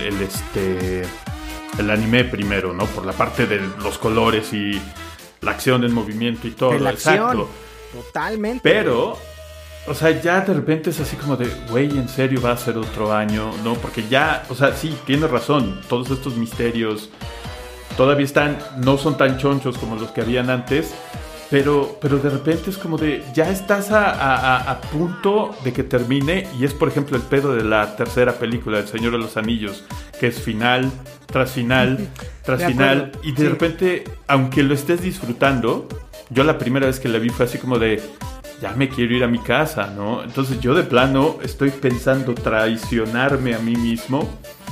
anime primero, ¿no? Por la parte de los colores y la acción en movimiento y todo. De la acción, exacto. Totalmente. Pero, o sea, ya de repente es así como de, güey, ¿en serio va a ser otro año? No, porque ya, o sea, sí, tienes razón. Todos estos misterios todavía no son tan chonchos como los que habían antes. Pero de repente es como de, ya estás a punto de que termine. Y es, por ejemplo, el pedo de la tercera película, El Señor de los Anillos, que es final tras final tras final. Y de repente, aunque lo estés disfrutando, yo la primera vez que la vi fue así como de, ya me quiero ir a mi casa, ¿no? Entonces yo de plano estoy pensando traicionarme a mí mismo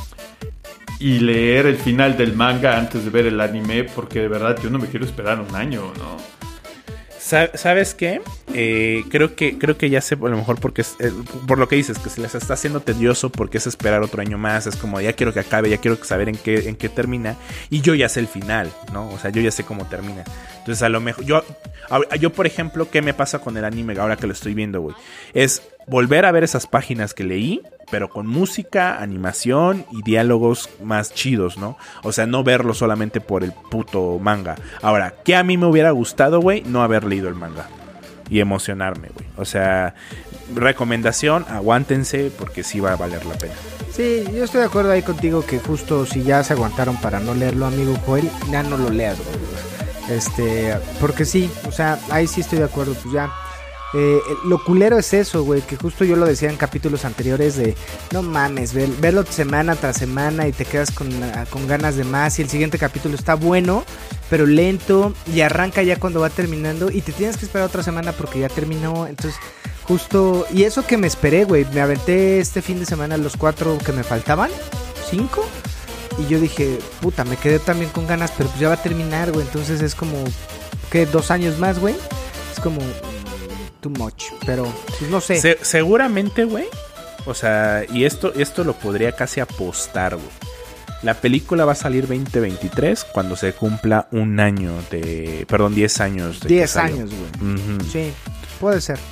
y leer el final del manga antes de ver el anime, porque de verdad yo no me quiero esperar un año, ¿no? ¿Sabes qué? Creo que ya sé, a lo mejor porque por lo que dices, que se les está haciendo tedioso porque es esperar otro año más. Es como, ya quiero que acabe, ya quiero saber en qué termina. Y yo ya sé el final, ¿no? O sea, yo ya sé cómo termina. Entonces, a lo mejor, yo por ejemplo, ¿qué me pasa con el anime ahora que lo estoy viendo, güey? Es volver a ver esas páginas que leí, pero con música, animación y diálogos más chidos, ¿no? O sea, no verlo solamente por el puto manga. Ahora, ¿qué a mí me hubiera gustado, güey? No haber leído el manga y emocionarme, güey. O sea, recomendación, aguántense porque sí va a valer la pena. Sí, yo estoy de acuerdo ahí contigo que justo si ya se aguantaron para no leerlo, amigo Joel, ya no lo leas, güey. Porque sí, o sea, ahí sí estoy de acuerdo, pues ya. Lo culero es eso, güey, que justo yo lo decía en capítulos anteriores de no mames, verlo semana tras semana y te quedas con ganas de más y el siguiente capítulo está bueno, pero lento y arranca ya cuando va terminando y te tienes que esperar otra semana porque ya terminó, entonces justo, y eso que me esperé, güey, me aventé este fin de semana los 4 que me faltaban, 5, y yo dije, puta, me quedé también con ganas, pero pues ya va a terminar, güey, entonces es como, ¿qué? 2 años más, güey, es como... too much, pero pues no sé. Seguramente, güey. O sea, y esto lo podría casi apostar, güey. La película va a salir 2023 cuando se cumpla 10 años de 10 años, güey. Uh-huh. Sí, puede ser.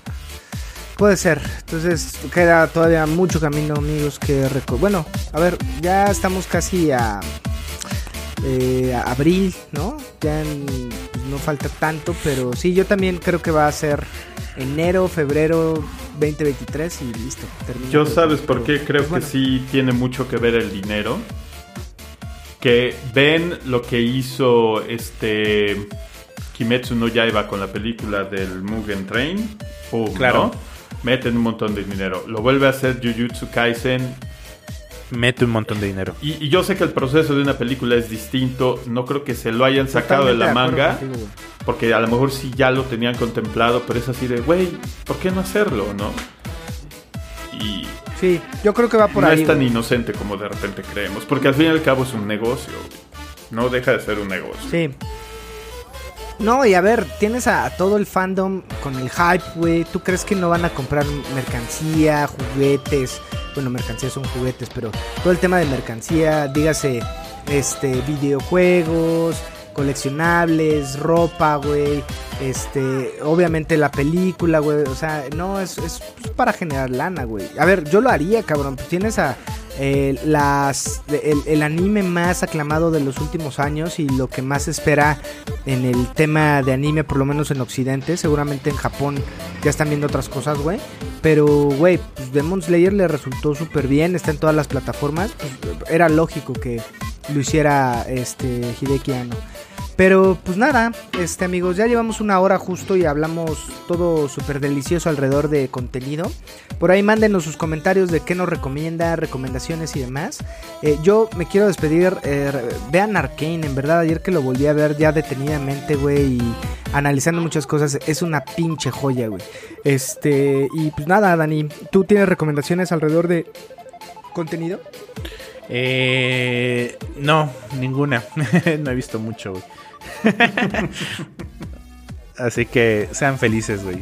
Entonces queda todavía mucho camino, amigos, bueno, a ver, ya estamos casi a abril, ¿no? Ya no falta tanto, pero sí, yo también creo que va a ser enero, febrero 2023 y listo. Yo sabes por qué creo que sí tiene mucho que ver el dinero. Que ven lo que hizo Kimetsu no Yaiba con la película del Mugen Train. Claro. ¿No? Meten un montón de dinero. Lo vuelve a hacer Jujutsu Kaisen. Mete un montón de dinero. Y yo sé que el proceso de una película es distinto. No creo que se lo hayan sacado de la manga. Porque a lo mejor sí ya lo tenían contemplado. Pero es así de, güey, ¿por qué no hacerlo, no? Y... sí, yo creo que va por ahí. No es tan inocente como de repente creemos. Porque al fin y al cabo es un negocio. No deja de ser un negocio. Sí. No, y a ver, tienes a todo el fandom con el hype, güey. ¿Tú crees que no van a comprar mercancía, juguetes? Bueno, mercancía son juguetes, pero todo el tema de mercancía, dígase, videojuegos, coleccionables, ropa, güey, obviamente la película, güey, o sea, no, es para generar lana, güey. A ver, yo lo haría, cabrón, tienes a el anime más aclamado de los últimos años y lo que más se espera en el tema de anime, por lo menos en Occidente. Seguramente en Japón ya están viendo otras cosas, güey. Pero, güey, pues Demon Slayer le resultó súper bien, está en todas las plataformas. Pues, era lógico que lo hiciera Hideki Anno. Pero pues nada, amigos, ya llevamos 1 hora justo y hablamos todo súper delicioso alrededor de contenido. Por ahí mándenos sus comentarios de qué nos recomienda, recomendaciones y demás. Yo me quiero despedir, vean Arcane, en verdad ayer que lo volví a ver ya detenidamente, güey, y analizando muchas cosas, es una pinche joya, güey. Y pues nada, Dani, ¿tú tienes recomendaciones alrededor de contenido? No, ninguna. No he visto mucho, güey. Así que sean felices, güey.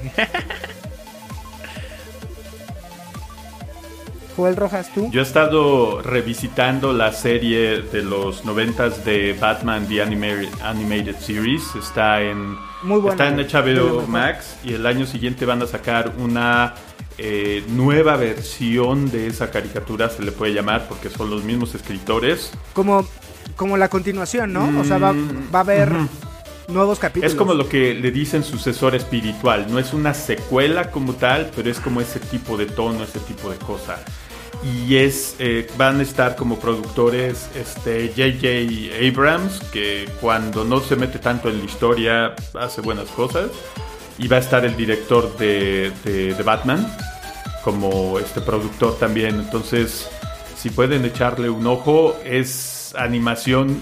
Joel Rojas, ¿tú? Yo he estado revisitando la serie de los 90s de Batman The Animated Series. Está en HBO Max y el año siguiente van a sacar una nueva versión de esa caricatura, se le puede llamar, porque son los mismos escritores. Como la continuación, ¿no? O sea, va a haber nuevos capítulos. Es como lo que le dicen sucesor espiritual. No es una secuela como tal, pero es como ese tipo de tono, ese tipo de cosa. Y van a estar como productores J.J. Abrams, que cuando no se mete tanto en la historia hace buenas cosas. Y va a estar el director de Batman como productor también. Entonces, si pueden echarle un ojo, es animación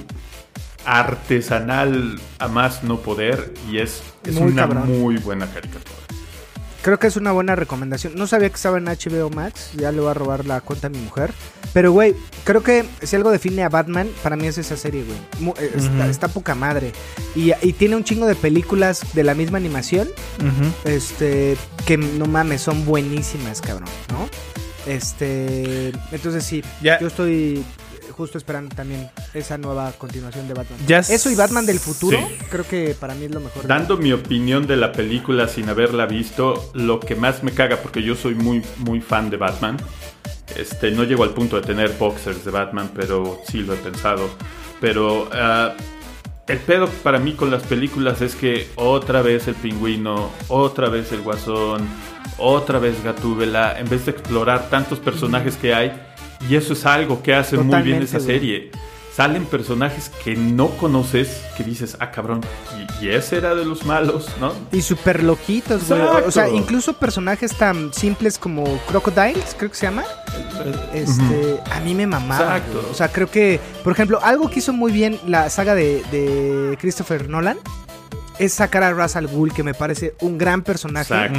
artesanal a más no poder y es una muy buena caricatura. Creo que es una buena recomendación. No sabía que estaba en HBO Max, ya le voy a robar la cuenta a mi mujer. Pero, güey, creo que si algo define a Batman, para mí es esa serie, güey. Está poca madre. Y tiene un chingo de películas de la misma animación. Que no mames, son buenísimas, cabrón, ¿no? Entonces sí, yo estoy justo esperando también esa nueva continuación de Batman. Eso y Batman del futuro, sí. Creo que para mí es lo mejor. Dando mi opinión de la película sin haberla visto, lo que más me caga, porque yo soy muy, muy fan de Batman. No llego al punto de tener boxers de Batman, pero sí lo he pensado. Pero el pedo para mí con las películas es que otra vez el Pingüino, otra vez el Guasón, otra vez Gatúbela, en vez de explorar tantos personajes que hay. Y eso es algo que hace muy bien esa serie. Salen personajes que no conoces, que dices, cabrón, y ese era de los malos, ¿no? Y súper loquitos, güey. O sea, incluso personajes tan simples como Crocodiles, creo que se llama. A mí me mamaba. Exacto. O sea, creo que, por ejemplo, algo que hizo muy bien la saga de Christopher Nolan es sacar a Ra's al Ghul, que me parece un gran personaje. Exacto.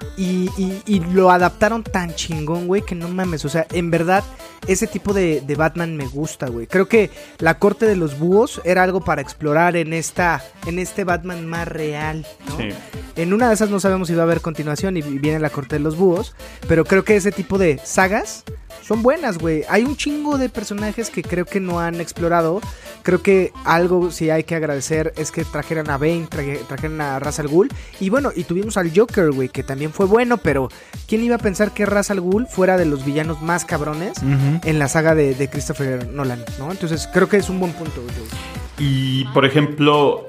Y lo adaptaron tan chingón, güey, que no mames. O sea, en verdad, ese tipo de Batman me gusta, güey. Creo que la corte de los búhos era algo para explorar en este Batman más real, ¿no? Sí. En una de esas no sabemos si va a haber continuación y viene la corte de los búhos, pero creo que ese tipo de sagas son buenas, güey. Hay un chingo de personajes que creo que no han explorado. Creo que algo sí hay que agradecer es que trajeran a Bane, trajeran a Ra's al Ghul. Y bueno, y tuvimos al Joker, güey, que también fue bueno, pero ¿quién iba a pensar que Ra's al Ghul fuera de los villanos más cabrones en la saga de Christopher Nolan, ¿no? Entonces creo que es un buen punto, güey. Y, por ejemplo,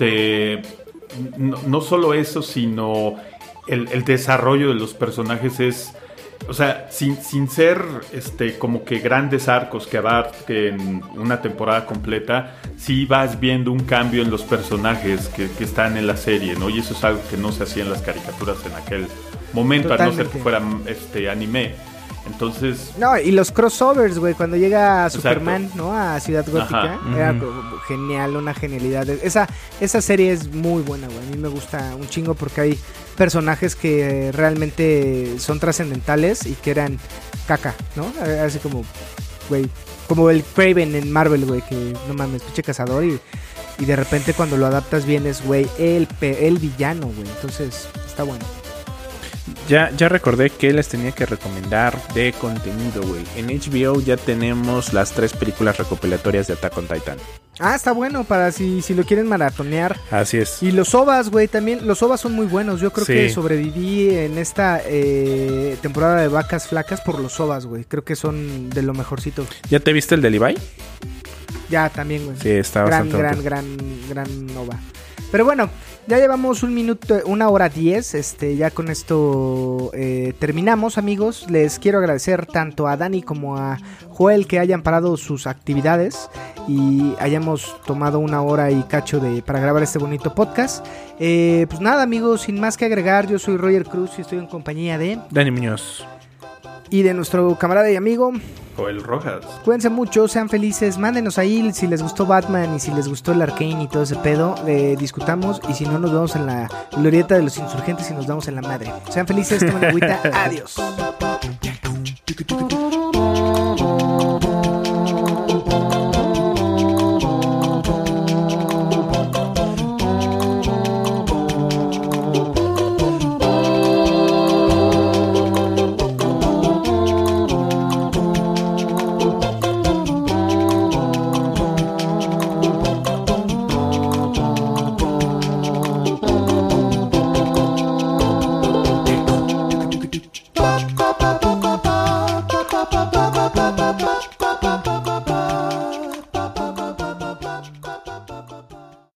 no solo eso, sino el desarrollo de los personajes es... O sea, sin ser como que grandes arcos que abarquen una temporada completa, sí vas viendo un cambio en los personajes que están en la serie, ¿no? Y eso es algo que no se hacía en las caricaturas en aquel momento. Totalmente. A no ser que fuera anime. Entonces... No, y los crossovers, güey, cuando llega Superman, ¿no? A Ciudad Gótica, era genial, una genialidad. Esa serie es muy buena, güey. A mí me gusta un chingo porque hay personajes que realmente son trascendentales y que eran caca, ¿no? Así como, güey, como el Kraven en Marvel, güey, que no mames, pinche cazador y de repente cuando lo adaptas bien es, güey, el villano, güey. Entonces, está bueno. Ya recordé que les tenía que recomendar de contenido, güey. En HBO ya tenemos las 3 películas recopilatorias de Attack on Titan. Ah, está bueno para si lo quieren maratonear. Así es. Y los OVAs, güey, también. Los OVAs son muy buenos. Yo creo que sobreviví en esta temporada de Vacas Flacas por los OVAs, güey. Creo que son de lo mejorcito. ¿Ya te viste el de Levi? Ya, también, güey. Sí, está bastante gran OVA. Pero bueno, ya llevamos 1 hora 10. Ya con esto terminamos, amigos. Les quiero agradecer tanto a Dani como a Joel que hayan parado sus actividades y hayamos tomado 1 hora y cacho para grabar este bonito podcast. Pues nada, amigos, sin más que agregar, yo soy Roger Cruz y estoy en compañía de Dani Muñoz y de nuestro camarada y amigo Joel Rojas. Cuídense mucho, sean felices, mándenos ahí si les gustó Batman y si les gustó el Arcane y todo ese pedo, discutamos, y si no nos vemos en la glorieta de los insurgentes y nos damos en la madre. Sean felices, tomen agüita, adiós.